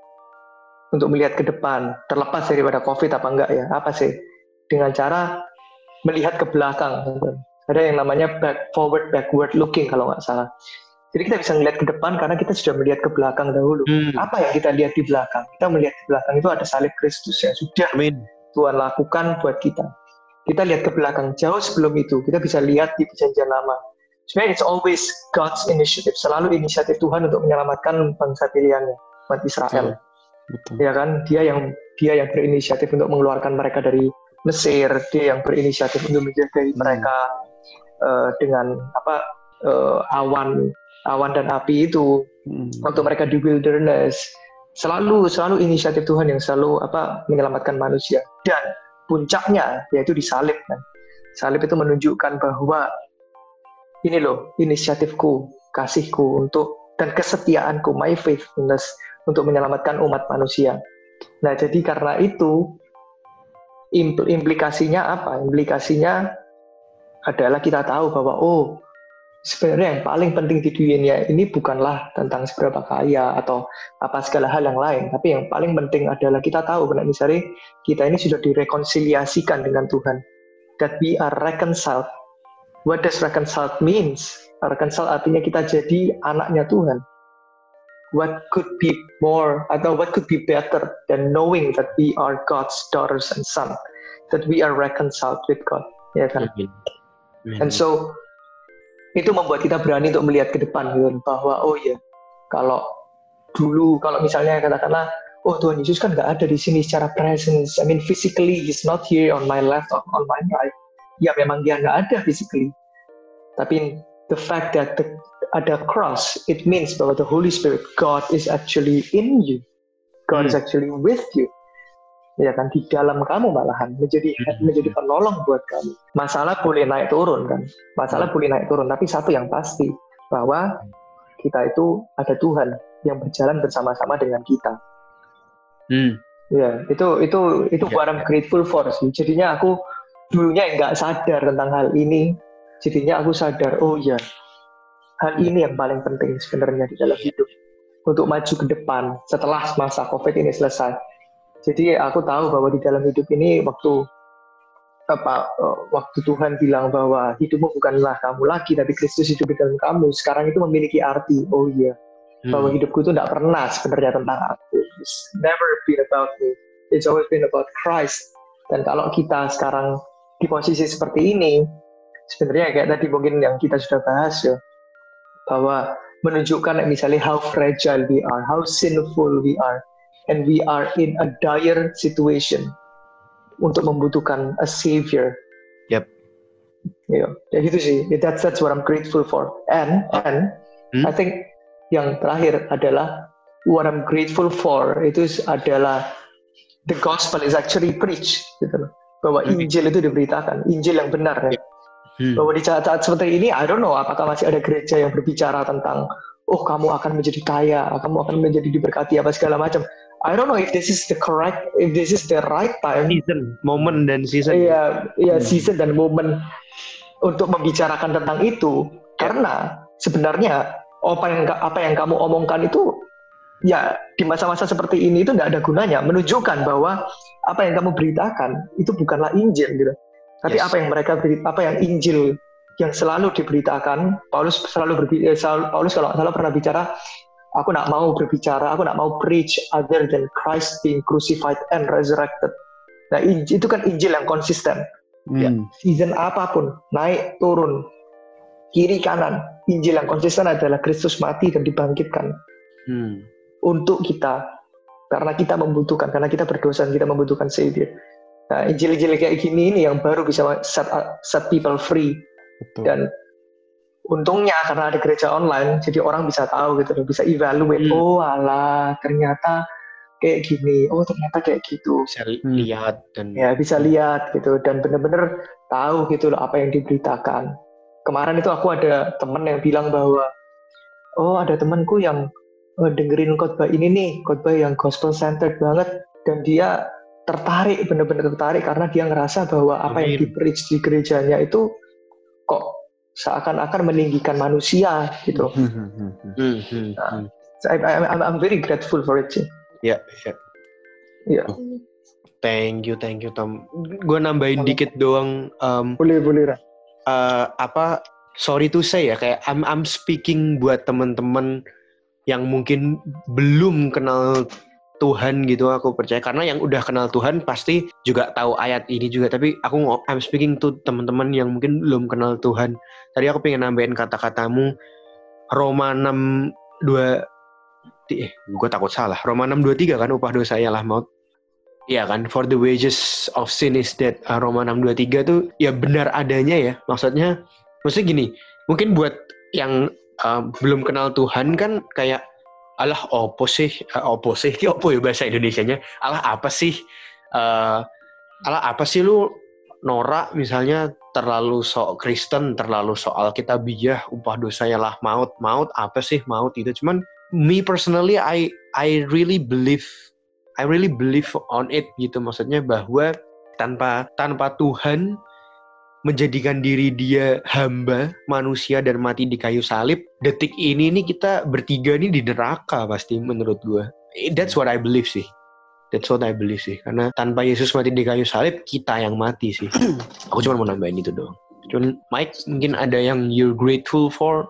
Untuk melihat ke depan, terlepas daripada COVID apa enggak ya? Apa sih? Dengan cara melihat ke belakang. Ada yang namanya back forward, backward looking kalau nggak salah. Jadi kita bisa melihat ke depan karena kita sudah melihat ke belakang dahulu. Hmm. Apa yang kita lihat di belakang? Kita melihat di belakang itu ada salib Kristus yang sudah Amin. Tuhan lakukan buat kita. Kita lihat ke belakang jauh sebelum itu. Kita bisa lihat di perjanjian lama. Sebenarnya it's always God's initiative. Selalu inisiatif Tuhan untuk menyelamatkan bangsa pilihannya, umat Israel. Betul. Ya kan? Dia yang dia yang berinisiatif untuk mengeluarkan mereka dari Mesir. Dia yang berinisiatif untuk menjaga hmm. mereka uh, dengan apa uh, awan awan dan api itu hmm. untuk mereka di wilderness. Selalu selalu inisiatif Tuhan yang selalu apa menyelamatkan manusia. Dan puncaknya yaitu di salib kan. Salib itu menunjukkan bahwa ini loh inisiatifku, kasihku untuk dan kesetiaanku, my faithfulness untuk menyelamatkan umat manusia. Nah, jadi karena itu implikasinya apa? Implikasinya adalah kita tahu bahwa oh, sebenarnya yang paling penting di dunia ini bukanlah tentang seberapa kaya atau apa segala hal yang lain, tapi yang paling penting adalah kita tahu benar misalnya kita ini sudah direkonsiliasikan dengan Tuhan. That we are reconciled. What does reconciled means? Reconciled artinya kita jadi anaknya Tuhan. What could be more atau what could be better than knowing that we are God's daughters and sons, that we are reconciled with God, ya kan? And so itu membuat kita berani untuk melihat ke depan, gitu, bahwa oh ya, kalau dulu kalau misalnya katakanlah, oh Tuhan Yesus kan nggak ada di sini secara presence, I mean physically He's not here on my left or on my right. Ya memang dia nggak ada physically, tapi the fact that the, ada cross, it means bahwa the Holy Spirit, God is actually in you, God hmm. is actually with you, ya kan, di dalam kamu malahan menjadi hmm. menjadi penolong buat kamu. Masalah boleh naik turun kan, masalah hmm. boleh naik turun, tapi satu yang pasti bahwa kita itu ada Tuhan yang berjalan bersama-sama dengan kita. Hmm. Ya itu itu itu yeah. what I'm grateful for sih. Jadinya aku dulunya nggak sadar tentang hal ini, jadinya aku sadar, oh ya, hal ini yang paling penting sebenarnya di dalam hidup untuk maju ke depan setelah masa COVID ini selesai. Jadi aku tahu bahwa di dalam hidup ini waktu apa waktu Tuhan bilang bahwa hidupmu bukanlah kamu lagi, tapi Kristus hidup di dalam kamu. Sekarang itu memiliki arti, oh iya, hmm. bahwa hidupku itu tidak pernah sebenarnya tentang aku. It's never been about me. It's always been about Christ. Dan kalau kita sekarang di posisi seperti ini, sebenarnya kayak tadi mungkin yang kita sudah bahas ya, bahwa menunjukkan misalnya how fragile we are, how sinful we are, and we are in a dire situation untuk membutuhkan a savior. Yep. Ya, ya gitu sih. That's that's what I'm grateful for. And and hmm? I think yang terakhir adalah what I'm grateful for itu adalah the gospel is actually preached, gitu loh. Bahwa Injil itu diberitakan, Injil yang benar ya. Hmm. Bahwa di saat-saat seperti ini, I don't know apakah masih ada gereja yang berbicara tentang, oh kamu akan menjadi kaya, kamu akan menjadi diberkati apa segala macam. I don't know if this is the correct, if this is the right time. Season, momen dan season. Iya, iya hmm. season dan momen untuk membicarakan tentang itu. Yeah. Karena sebenarnya apa yang apa yang kamu omongkan itu, ya di masa-masa seperti ini itu tidak ada gunanya, menunjukkan bahwa apa yang kamu beritakan itu bukanlah Injil gitu. Tapi yes. apa yang mereka beri, apa yang Injil yang selalu diberitakan. Paulus selalu berbicara, selalu, Paulus kalau selalu pernah bicara, aku nak mau berbicara, aku nak mau preach other than Christ being crucified and resurrected. Nah, itu kan Injil yang konsisten. Hmm. Ya, season apapun, naik turun, kiri kanan, Injil yang konsisten adalah Kristus mati dan dibangkitkan hmm. untuk kita, karena kita membutuhkan, karena kita berdosa dan kita membutuhkan Savior. Nah, Injil-Injil kayak gini ini yang baru bisa set, set people free. Betul. Dan untungnya karena ada gereja online, jadi orang bisa tahu gitu, bisa evaluate. Hmm. Oh alah, ternyata kayak gini. Oh ternyata kayak gitu. Bisa lihat dan ya bisa lihat gitu, dan benar-benar tahu gitu loh apa yang diberitakan. Kemarin itu aku ada teman yang bilang bahwa, oh ada temanku yang oh, dengerin khotbah ini nih, khotbah yang gospel centered banget, dan dia tertarik, benar-benar tertarik karena dia ngerasa bahwa apa Amin. yang di-preach di gerejanya itu kok seakan-akan meninggikan manusia gitu. Nah, I'm, I'm very grateful for it sih. Ya, ya. Ya. Thank you, thank you Tom. Gue nambahin Boleh. dikit doang. Um, boleh, boleh. Uh, apa? Sorry to say ya, kayak I'm, I'm speaking buat teman-teman yang mungkin belum kenal Tuhan gitu, aku percaya karena yang udah kenal Tuhan pasti juga tahu ayat ini juga, tapi aku I'm speaking to teman-teman yang mungkin belum kenal Tuhan. Tadi aku pengen nambahin kata-katamu Roma enam dua eh gue takut salah. Roma enam dua tiga kan, upah dosa ialah maut. Iya kan, for the wages of sin is death. Uh, Roma enam dua tiga tuh ya benar adanya ya. Maksudnya maksudnya gini, mungkin buat yang uh, belum kenal Tuhan kan kayak alah opo sih, uh, opo sih, opo ya bahasa Indonesianya. Alah apa sih, uh, alah apa sih lu norak misalnya terlalu sok Kristen, terlalu soal kitabiah, upah dosa ialah maut, maut apa sih maut itu. Cuman me personally, I I really believe, I really believe on it gitu. Maksudnya bahwa tanpa tanpa Tuhan menjadikan diri dia hamba manusia dan mati di kayu salib, detik ini nih kita bertiga nih di neraka pasti menurut gue. That's what I believe sih. That's what I believe sih. Karena tanpa Yesus mati di kayu salib, kita yang mati sih. Aku cuma mau nambahin itu doang. Cuman Mike, mungkin ada yang you're grateful for?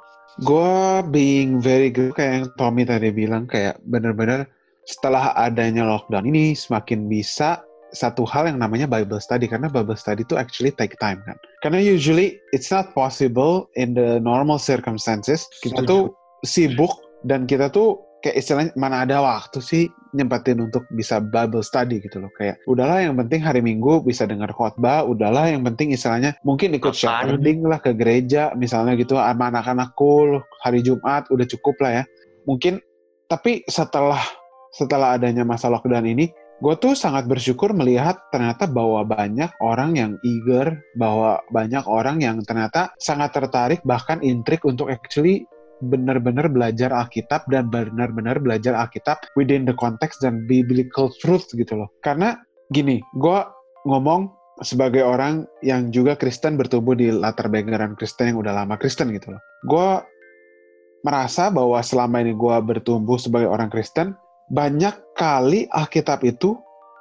Gue being very good kayak yang Tommy tadi bilang, kayak benar-benar setelah adanya lockdown ini semakin bisa satu hal yang namanya Bible study, karena Bible study itu actually take time kan. Karena usually it's not possible in the normal circumstances. Kita tuh sibuk dan kita tuh kayak istilahnya mana ada waktu sih nyempetin untuk bisa Bible study gitu loh. Kayak udahlah yang penting hari Minggu bisa dengar khotbah, udahlah yang penting istilahnya mungkin ikut shepherding lah ke gereja misalnya gitu sama anak-anakku hari Jumat udah cukup lah ya. Mungkin tapi setelah setelah adanya masa lockdown ini, gue tuh sangat bersyukur melihat ternyata bahwa banyak orang yang eager, bahwa banyak orang yang ternyata sangat tertarik, bahkan intrik untuk actually benar-benar belajar Alkitab dan benar-benar belajar Alkitab within the context dan biblical truth gitu loh. Karena gini, gue ngomong sebagai orang yang juga Kristen, bertumbuh di latar background Kristen yang udah lama Kristen gitu loh. Gue merasa bahwa selama ini gue bertumbuh sebagai orang Kristen, banyak kali Alkitab itu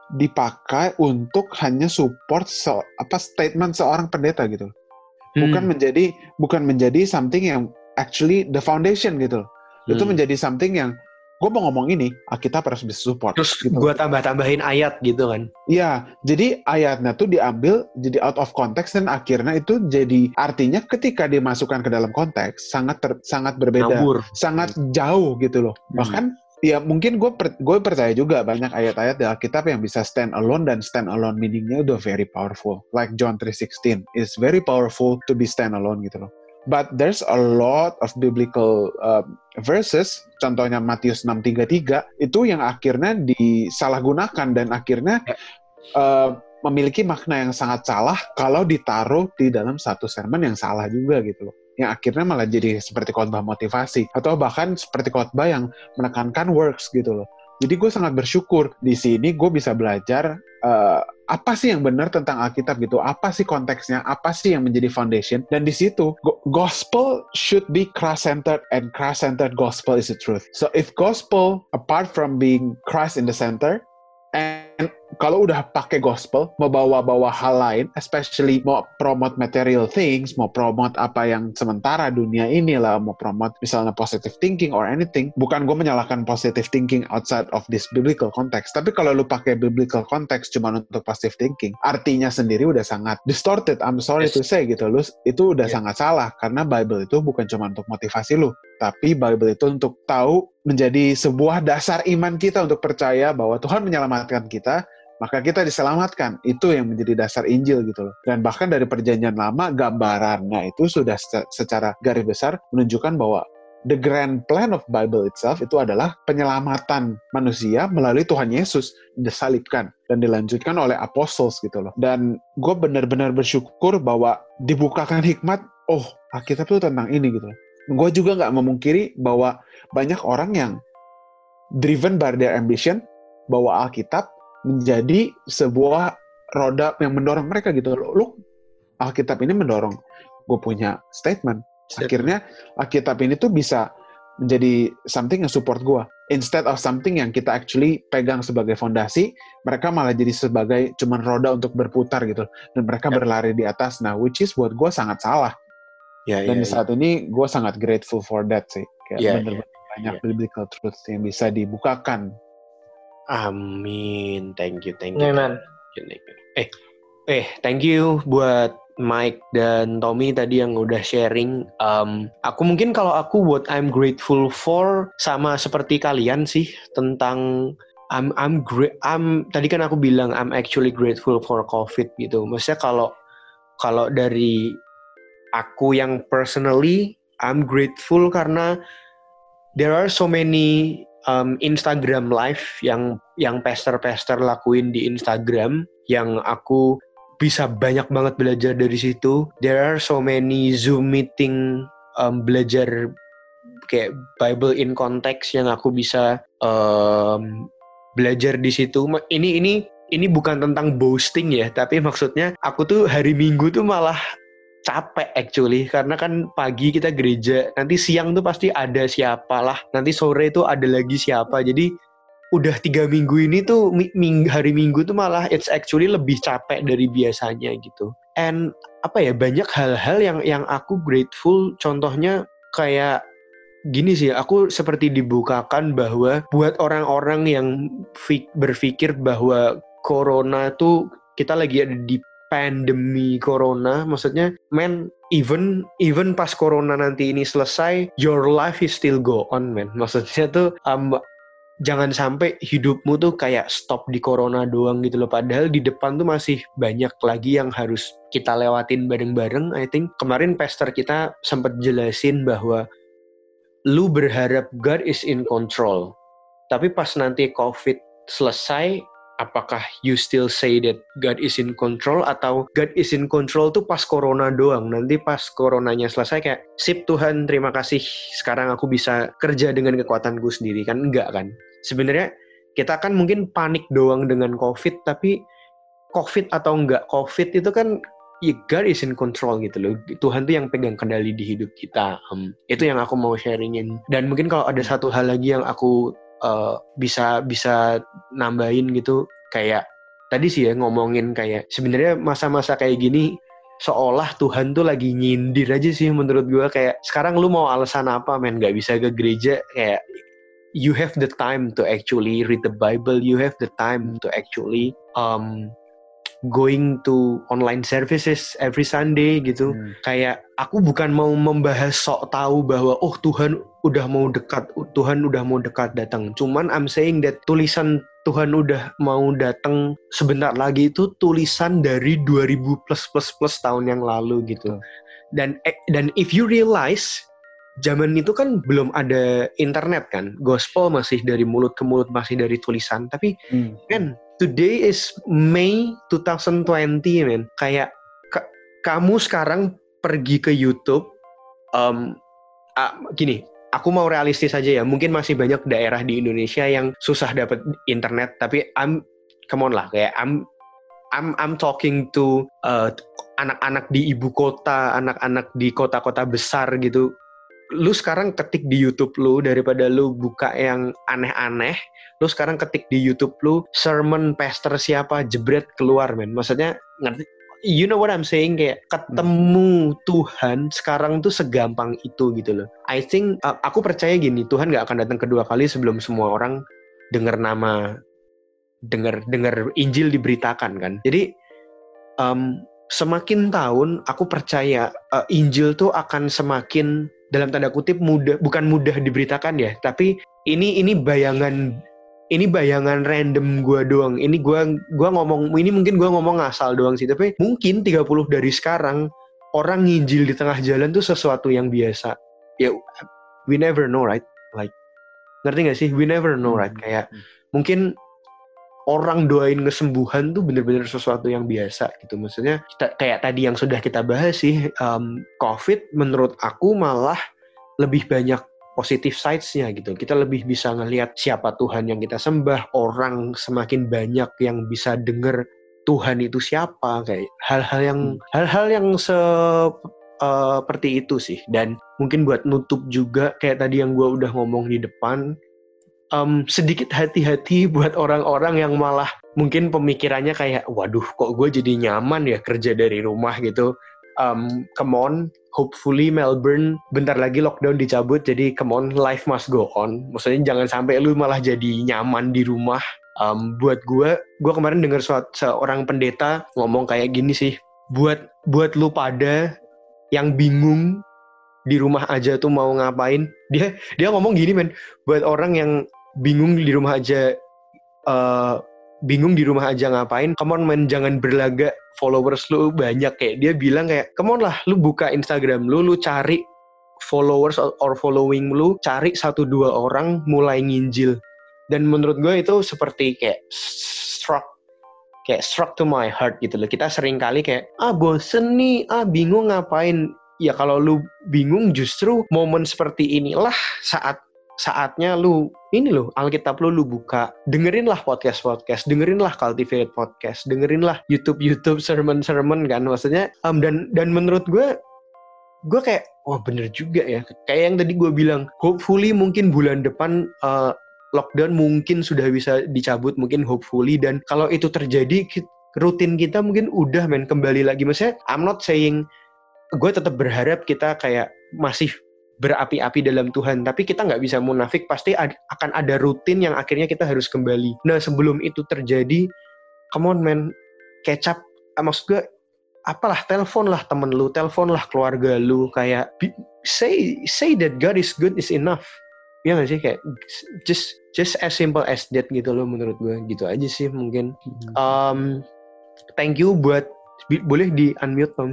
dipakai untuk hanya support se- apa statement seorang pendeta gitu. Bukan hmm. menjadi bukan menjadi something yang actually the foundation gitu. Hmm. Itu menjadi something yang gue mau ngomong ini, Alkitab harus bisa support. Terus gitu. gue tambah-tambahin ayat gitu kan. Iya, jadi ayatnya tuh diambil jadi out of context dan akhirnya itu jadi artinya ketika dimasukkan ke dalam konteks sangat ter, sangat berbeda, Ngawur. sangat jauh gitu loh. Hmm. Bahkan ya mungkin gue per, gue percaya juga banyak ayat-ayat di Alkitab yang bisa stand alone dan stand alone meaningnya udah very powerful. Like John three sixteen, it's very powerful to be stand alone gitu loh. But there's a lot of biblical uh, verses, contohnya Matius enam tiga tiga, itu yang akhirnya disalahgunakan dan akhirnya uh, memiliki makna yang sangat salah kalau ditaruh di dalam satu sermon yang salah juga gitu loh. Yang akhirnya malah jadi seperti khotbah motivasi atau bahkan seperti khotbah yang menekankan works gitu loh. Jadi gue sangat bersyukur di sini gue bisa belajar uh, apa sih yang benar tentang Alkitab gitu, apa sih konteksnya, apa sih yang menjadi foundation, dan di situ gospel should be Christ-centered and Christ-centered gospel is the truth. So if gospel apart from being Christ in the center and kalau udah pakai gospel, mau bawa-bawa hal lain, especially mau promote material things, mau promote apa yang sementara dunia ini lah, mau promote misalnya positive thinking or anything, bukan gue menyalahkan positive thinking outside of this biblical context, tapi kalau lu pakai biblical context cuma untuk positive thinking, artinya sendiri udah sangat distorted, I'm sorry yes. to say gitu, lu itu udah yeah. sangat salah, karena Bible itu bukan cuma untuk motivasi lu, tapi Bible itu untuk tahu menjadi sebuah dasar iman kita untuk percaya bahwa Tuhan menyelamatkan kita, maka kita diselamatkan. Itu yang menjadi dasar Injil gitu loh. Dan bahkan dari perjanjian lama, gambarannya itu sudah secara garis besar menunjukkan bahwa the grand plan of Bible itself itu adalah penyelamatan manusia melalui Tuhan Yesus disalibkan dan dilanjutkan oleh apostles gitu loh. Dan gue benar-benar bersyukur bahwa dibukakan hikmat, oh Alkitab itu tentang ini gitu loh. Gue juga gak memungkiri bahwa banyak orang yang driven by their ambition, bahwa Alkitab menjadi sebuah roda yang mendorong mereka gitu. Lu Alkitab ini mendorong gue punya statement. Akhirnya Alkitab ini tuh bisa menjadi something yang support gue. Instead of something yang kita actually pegang sebagai fondasi, mereka malah jadi sebagai cuman roda untuk berputar gitu. Dan mereka yeah. berlari di atas. Nah, which is buat gue sangat salah. Yeah, Dan yeah, di saat yeah. ini gue sangat grateful for that sih. Kayak yeah, bener-bener yeah. banyak yeah. biblical truth yang bisa dibukakan. Amin, thank you, thank you. Amen. Thank you. Eh, eh, thank you buat Mike dan Tommy tadi yang udah sharing. Um, aku mungkin kalau aku what I'm grateful for sama seperti kalian sih tentang I'm I'm great. I'm tadi kan aku bilang I'm actually grateful for COVID gitu. Maksudnya kalau kalau dari aku yang personally I'm grateful karena there are so many Um, Instagram live yang yang pastor-pastor lakuin di Instagram yang aku bisa banyak banget belajar dari situ. There are so many Zoom meeting um, belajar kayak Bible in context yang aku bisa um, belajar di situ. Ini ini ini bukan tentang boasting ya, tapi maksudnya aku tuh hari Minggu tuh malah capek actually, karena kan pagi kita gereja, nanti siang tuh pasti ada siapa lah, nanti sore tuh ada lagi siapa, jadi udah tiga minggu ini tuh ming- hari Minggu tuh malah it's actually lebih capek dari biasanya gitu. And apa ya, banyak hal-hal yang yang aku grateful, contohnya kayak gini sih, aku seperti dibukakan bahwa buat orang-orang yang fik- berpikir bahwa corona tuh kita lagi ada di pandemi corona, maksudnya man, even even pas corona nanti ini selesai, your life is still go on man. Maksudnya tuh um, jangan sampai hidupmu tuh kayak stop di corona doang gitu loh, padahal di depan tuh masih banyak lagi yang harus kita lewatin bareng-bareng. I think kemarin pastor kita sempat jelasin bahwa lu berharap God is in control, tapi pas nanti COVID selesai, apakah you still say that God is in control, atau God is in control tuh pas corona doang, nanti pas coronanya selesai kayak sip Tuhan terima kasih sekarang aku bisa kerja dengan kekuatanku sendiri, kan enggak kan. Sebenarnya kita kan mungkin panik doang dengan COVID, tapi COVID atau enggak COVID itu kan ya God is in control gitu loh. Tuhan tuh yang pegang kendali di hidup kita. Um, itu yang aku mau sharingin. Dan mungkin kalau ada satu hal lagi yang aku Uh, bisa bisa nambahin gitu, kayak tadi sih ya ngomongin kayak sebenarnya masa-masa kayak gini seolah Tuhan tuh lagi nyindir aja sih menurut gue. Kayak sekarang lu mau alasan apa men, gak bisa ke gereja, kayak you have the time to actually read the Bible, you have the time to actually um, going to online services every Sunday gitu. Hmm. Kayak aku bukan mau membahas sok tahu bahwa oh Tuhan udah mau dekat, Tuhan udah mau dekat datang. Cuman I'm saying that tulisan Tuhan udah mau datang sebentar lagi itu tulisan dari dua ribu plus plus plus tahun yang lalu gitu. Dan dan if you realize zaman itu kan belum ada internet kan, gospel masih dari mulut ke mulut, masih dari tulisan. Tapi hmm. kan today is May twenty twenty man. Kayak ka- kamu sekarang pergi ke YouTube, um, uh, gini, aku mau realistis aja ya. Mungkin masih banyak daerah di Indonesia yang susah dapat internet, tapi I'm, come on lah, kayak I'm, I'm, I'm talking to uh, anak-anak di ibu kota, anak-anak di kota-kota besar gitu. lu sekarang ketik di YouTube lu daripada lu buka yang aneh-aneh, lu sekarang ketik di YouTube lu sermon pastor siapa jebret keluar men. Maksudnya ngerti? You know what I'm saying, kayak ketemu hmm. Tuhan sekarang tuh segampang itu gitu loh. I think uh, aku percaya gini, Tuhan nggak akan datang kedua kali sebelum semua orang dengar nama, dengar dengar Injil diberitakan kan. Jadi um, semakin tahun aku percaya uh, Injil tuh akan semakin dalam tanda kutip mudah, bukan mudah diberitakan ya, tapi ini ini bayangan ini bayangan random gue doang. Ini gue gua ngomong, ini mungkin gue ngomong ngasal doang sih, tapi mungkin tiga puluh dari sekarang orang nginjil di tengah jalan tuh sesuatu yang biasa. Ya, we never know, right? Like, ngerti gak sih? We never know, right? Kayak mungkin orang doain kesembuhan tuh bener-bener sesuatu yang biasa gitu. Maksudnya kita, kayak tadi yang sudah kita bahas sih, um, COVID menurut aku malah lebih banyak positive sides-nya gitu. Kita lebih bisa ngelihat siapa Tuhan yang kita sembah, orang semakin banyak yang bisa denger Tuhan itu siapa, kayak hal-hal yang hmm. hal-hal yang se uh, seperti itu sih. Dan mungkin buat nutup juga kayak tadi yang gue udah ngomong di depan, Um, sedikit hati-hati buat orang-orang yang malah mungkin pemikirannya kayak, waduh kok gue jadi nyaman ya kerja dari rumah gitu. Um, come on, hopefully Melbourne bentar lagi lockdown dicabut, jadi come on, life must go on. Maksudnya jangan sampai lu malah jadi nyaman di rumah. Um, buat gue, gue kemarin dengar seorang pendeta ngomong kayak gini sih, buat buat lu pada yang bingung di rumah aja tuh mau ngapain, dia dia ngomong gini men, buat orang yang bingung di rumah aja uh, bingung di rumah aja ngapain, come on men, jangan berlagak followers lu banyak. Kayak dia bilang kayak, come on lah, lu buka Instagram lu, lu cari followers or, or following lu, cari satu dua orang, mulai nginjil. Dan menurut gue itu seperti kayak struck kayak struck to my heart gitu loh. Kita sering kali kayak, ah bosen nih, ah bingung ngapain. Ya kalau lu bingung, justru momen seperti inilah saat saatnya lu ini loh, Alkitab lu lu buka, dengerinlah podcast-podcast, dengerinlah Cultivated Podcast, dengerinlah YouTube-YouTube sermon-sermon kan, maksudnya um, dan dan menurut gue gue kayak wah bener juga ya, kayak yang tadi gue bilang, hopefully mungkin bulan depan uh, lockdown mungkin sudah bisa dicabut, mungkin hopefully, dan kalau itu terjadi rutin kita mungkin udah men kembali lagi. Maksudnya I'm not saying, gue tetap berharap kita kayak masih berapi-api dalam Tuhan, tapi kita nggak bisa munafik, pasti ad, akan ada rutin yang akhirnya kita harus kembali. Nah sebelum itu terjadi, come on man, kecap, eh, maksud gue, apalah, telepon lah temen lu, telepon lah keluarga lu, kayak say say that God is good is enough, ya nggak sih, kayak just just as simple as that gitu loh menurut gue, gitu aja sih mungkin. Um, thank you buat, boleh di unmute Tom.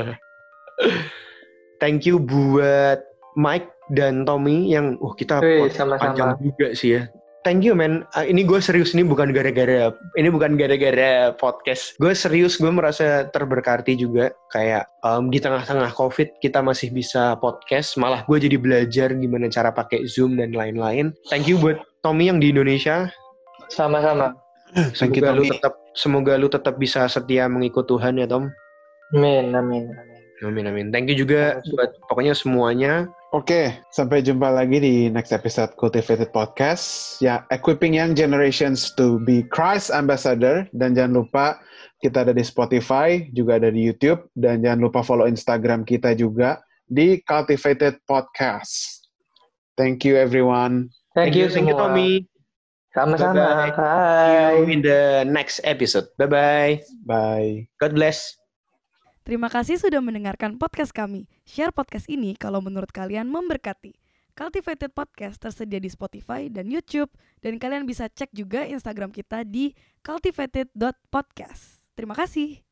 Thank you buat Mike dan Tommy yang uh kita Wih, sama-sama. panjang juga sih ya. Thank you man. Uh, ini gue serius, ini bukan gara-gara ini bukan gara-gara podcast. Gue serius, gue merasa terberkati juga kayak um, di tengah-tengah COVID kita masih bisa podcast. Malah gue jadi belajar gimana cara pakai Zoom dan lain-lain. Thank you buat Tommy yang di Indonesia. Sama-sama. Semoga lu tetap semoga lu tetap bisa setia mengikut Tuhan ya Tom. Amin, amin, amin. Amin, amin. Thank you juga buat pokoknya semuanya. Oke, sampai jumpa lagi di next episode Cultivated Podcast. Ya, equipping young generations to be Christ ambassador. Dan jangan lupa kita ada di Spotify, juga ada di YouTube. Dan jangan lupa follow Instagram kita juga di Cultivated Podcast. Thank you everyone. Thank, thank you, thank you Tommy. Sama-sama. Bye. See you in the next episode. Bye-bye. Bye. God bless. Terima kasih sudah mendengarkan podcast kami. Share podcast ini kalau menurut kalian memberkati. Cultivated Podcast tersedia di Spotify dan YouTube. Dan kalian bisa cek juga Instagram kita di cultivated dot podcast. Terima kasih.